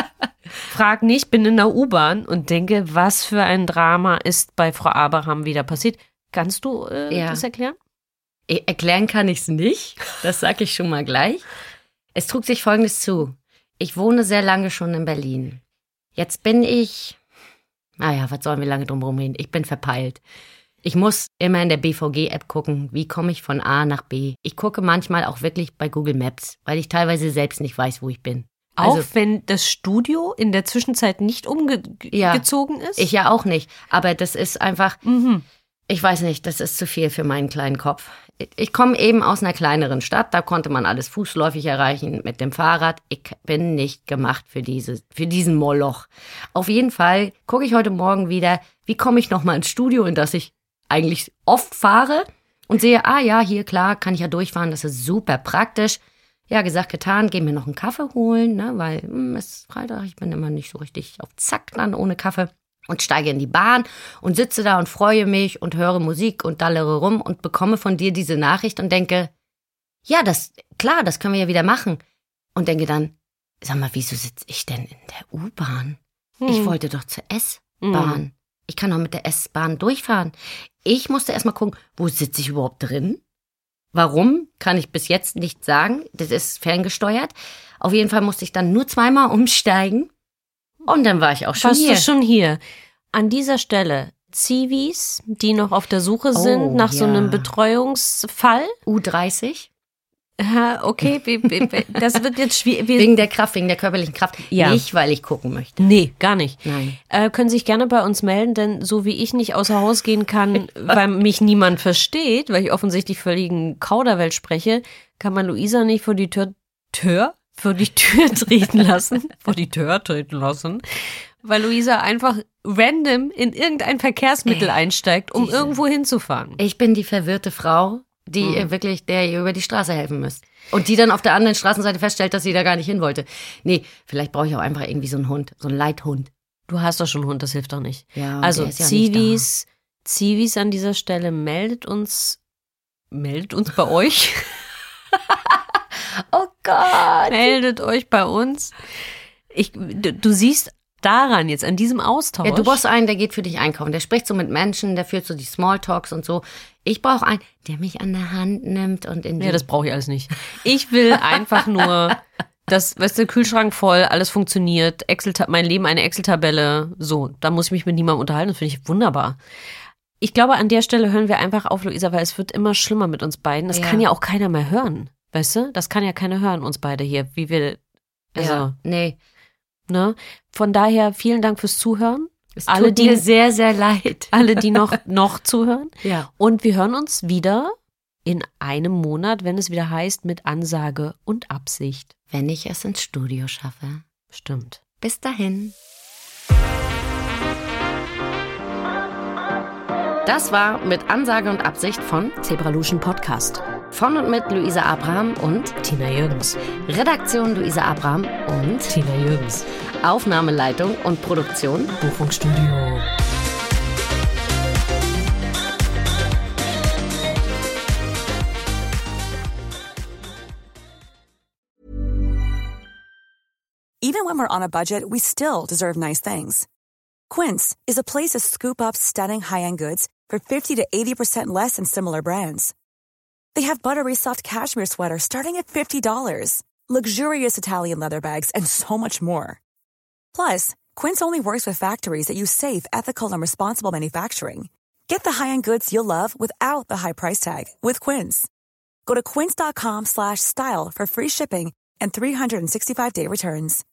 frag nicht, bin in der U-Bahn und denke, was für ein Drama ist bei Frau Abraham wieder passiert. Kannst du das erklären? Erklären kann ich es nicht, das sage ich schon mal gleich. Es trug sich Folgendes zu. Ich wohne sehr lange schon in Berlin. Jetzt bin ich, was sollen wir lange drum rumreden? Ich bin verpeilt. Ich muss immer in der BVG-App gucken, wie komme ich von A nach B. Ich gucke manchmal auch wirklich bei Google Maps, weil ich teilweise selbst nicht weiß, wo ich bin. Auch wenn das Studio in der Zwischenzeit nicht umgezogen ist? Ich ja auch nicht. Aber das ist einfach, ich weiß nicht, das ist zu viel für meinen kleinen Kopf. Ich komme eben aus einer kleineren Stadt, da konnte man alles fußläufig erreichen mit dem Fahrrad. Ich bin nicht gemacht für diesen Moloch. Auf jeden Fall gucke ich heute Morgen wieder, wie komme ich nochmal ins Studio, in das ich eigentlich oft fahre und sehe, hier, klar, kann ich ja durchfahren, das ist super praktisch. Ja, gesagt, getan, gehen wir noch einen Kaffee holen, ne, weil es ist Freitag, ich bin immer nicht so richtig auf Zack dann ohne Kaffee. Und steige in die Bahn und sitze da und freue mich und höre Musik und dallere rum und bekomme von dir diese Nachricht und denke, ja, das können wir ja wieder machen. Und denke dann, sag mal, wieso sitze ich denn in der U-Bahn? Ich wollte doch zur S-Bahn. Ich kann doch mit der S-Bahn durchfahren. Ich musste erstmal gucken, wo sitze ich überhaupt drin? Warum, kann ich bis jetzt nicht sagen. Das ist ferngesteuert. Auf jeden Fall musste ich dann nur 2-mal umsteigen. Und dann war ich auch schon hier. Warst du schon hier? An dieser Stelle Zivis, die noch auf der Suche sind nach so einem Betreuungsfall. U30. Okay, das wird jetzt schwierig. Wegen der Kraft, wegen der körperlichen Kraft. Ja. Nicht, weil ich gucken möchte. Nee, gar nicht. Nein. Können sich gerne bei uns melden, denn so wie ich nicht außer Haus gehen kann, weil mich niemand versteht, weil ich offensichtlich völligen Kauderwelsch spreche, kann man Luisa nicht vor die Tür treten lassen. Vor die Tür treten lassen. Weil Luisa einfach random in irgendein Verkehrsmittel einsteigt, um irgendwo hinzufahren. Ich bin die verwirrte Frau, die der ihr über die Straße helfen müsst. Und die dann auf der anderen Straßenseite feststellt, dass sie da gar nicht hin wollte. Nee, vielleicht brauche ich auch einfach irgendwie so einen Hund, so einen Leithund. Du hast doch schon einen Hund, das hilft doch nicht. Ja, also der ist ja Zivis an dieser Stelle, meldet uns bei euch. Oh Gott. Meldet euch bei uns. Du siehst daran jetzt, an diesem Austausch. Ja, du brauchst einen, der geht für dich einkaufen. Der spricht so mit Menschen, der führt so die Smalltalks und so. Ich brauche einen, der mich an der Hand nimmt und in die... Ja, das brauche ich alles nicht. Ich will einfach nur, dass, weißt du, Kühlschrank voll, alles funktioniert, mein Leben eine Excel-Tabelle, so. Da muss ich mich mit niemandem unterhalten, das finde ich wunderbar. Ich glaube, an der Stelle hören wir einfach auf, Luisa, weil es wird immer schlimmer mit uns beiden. Das kann ja auch keiner mehr hören, weißt du? Das kann ja keiner hören, uns beide hier, wie wir... Also, ja, nee. Ne? Von daher vielen Dank fürs Zuhören. Es tut mir sehr, sehr leid. Alle, die noch zuhören. Ja. Und wir hören uns wieder in einem Monat, wenn es wieder heißt, mit Ansage und Absicht. Wenn ich es ins Studio schaffe. Stimmt. Bis dahin. Das war mit Ansage und Absicht von Zebraluschen Podcast. Von und mit Luisa Abraham und Tina Jürgens. Redaktion Luisa Abraham und Tina Jürgens. Aufnahmeleitung und Produktion Buchfunkstudio. Even when we're on a budget, we still deserve nice things. Quince is a place to scoop up stunning high-end goods for 50 to 80% less than similar brands. They have buttery soft cashmere sweaters starting at $50, luxurious Italian leather bags, and so much more. Plus, Quince only works with factories that use safe, ethical, and responsible manufacturing. Get the high-end goods you'll love without the high price tag with Quince. Go to quince.com/style for free shipping and 365-day returns.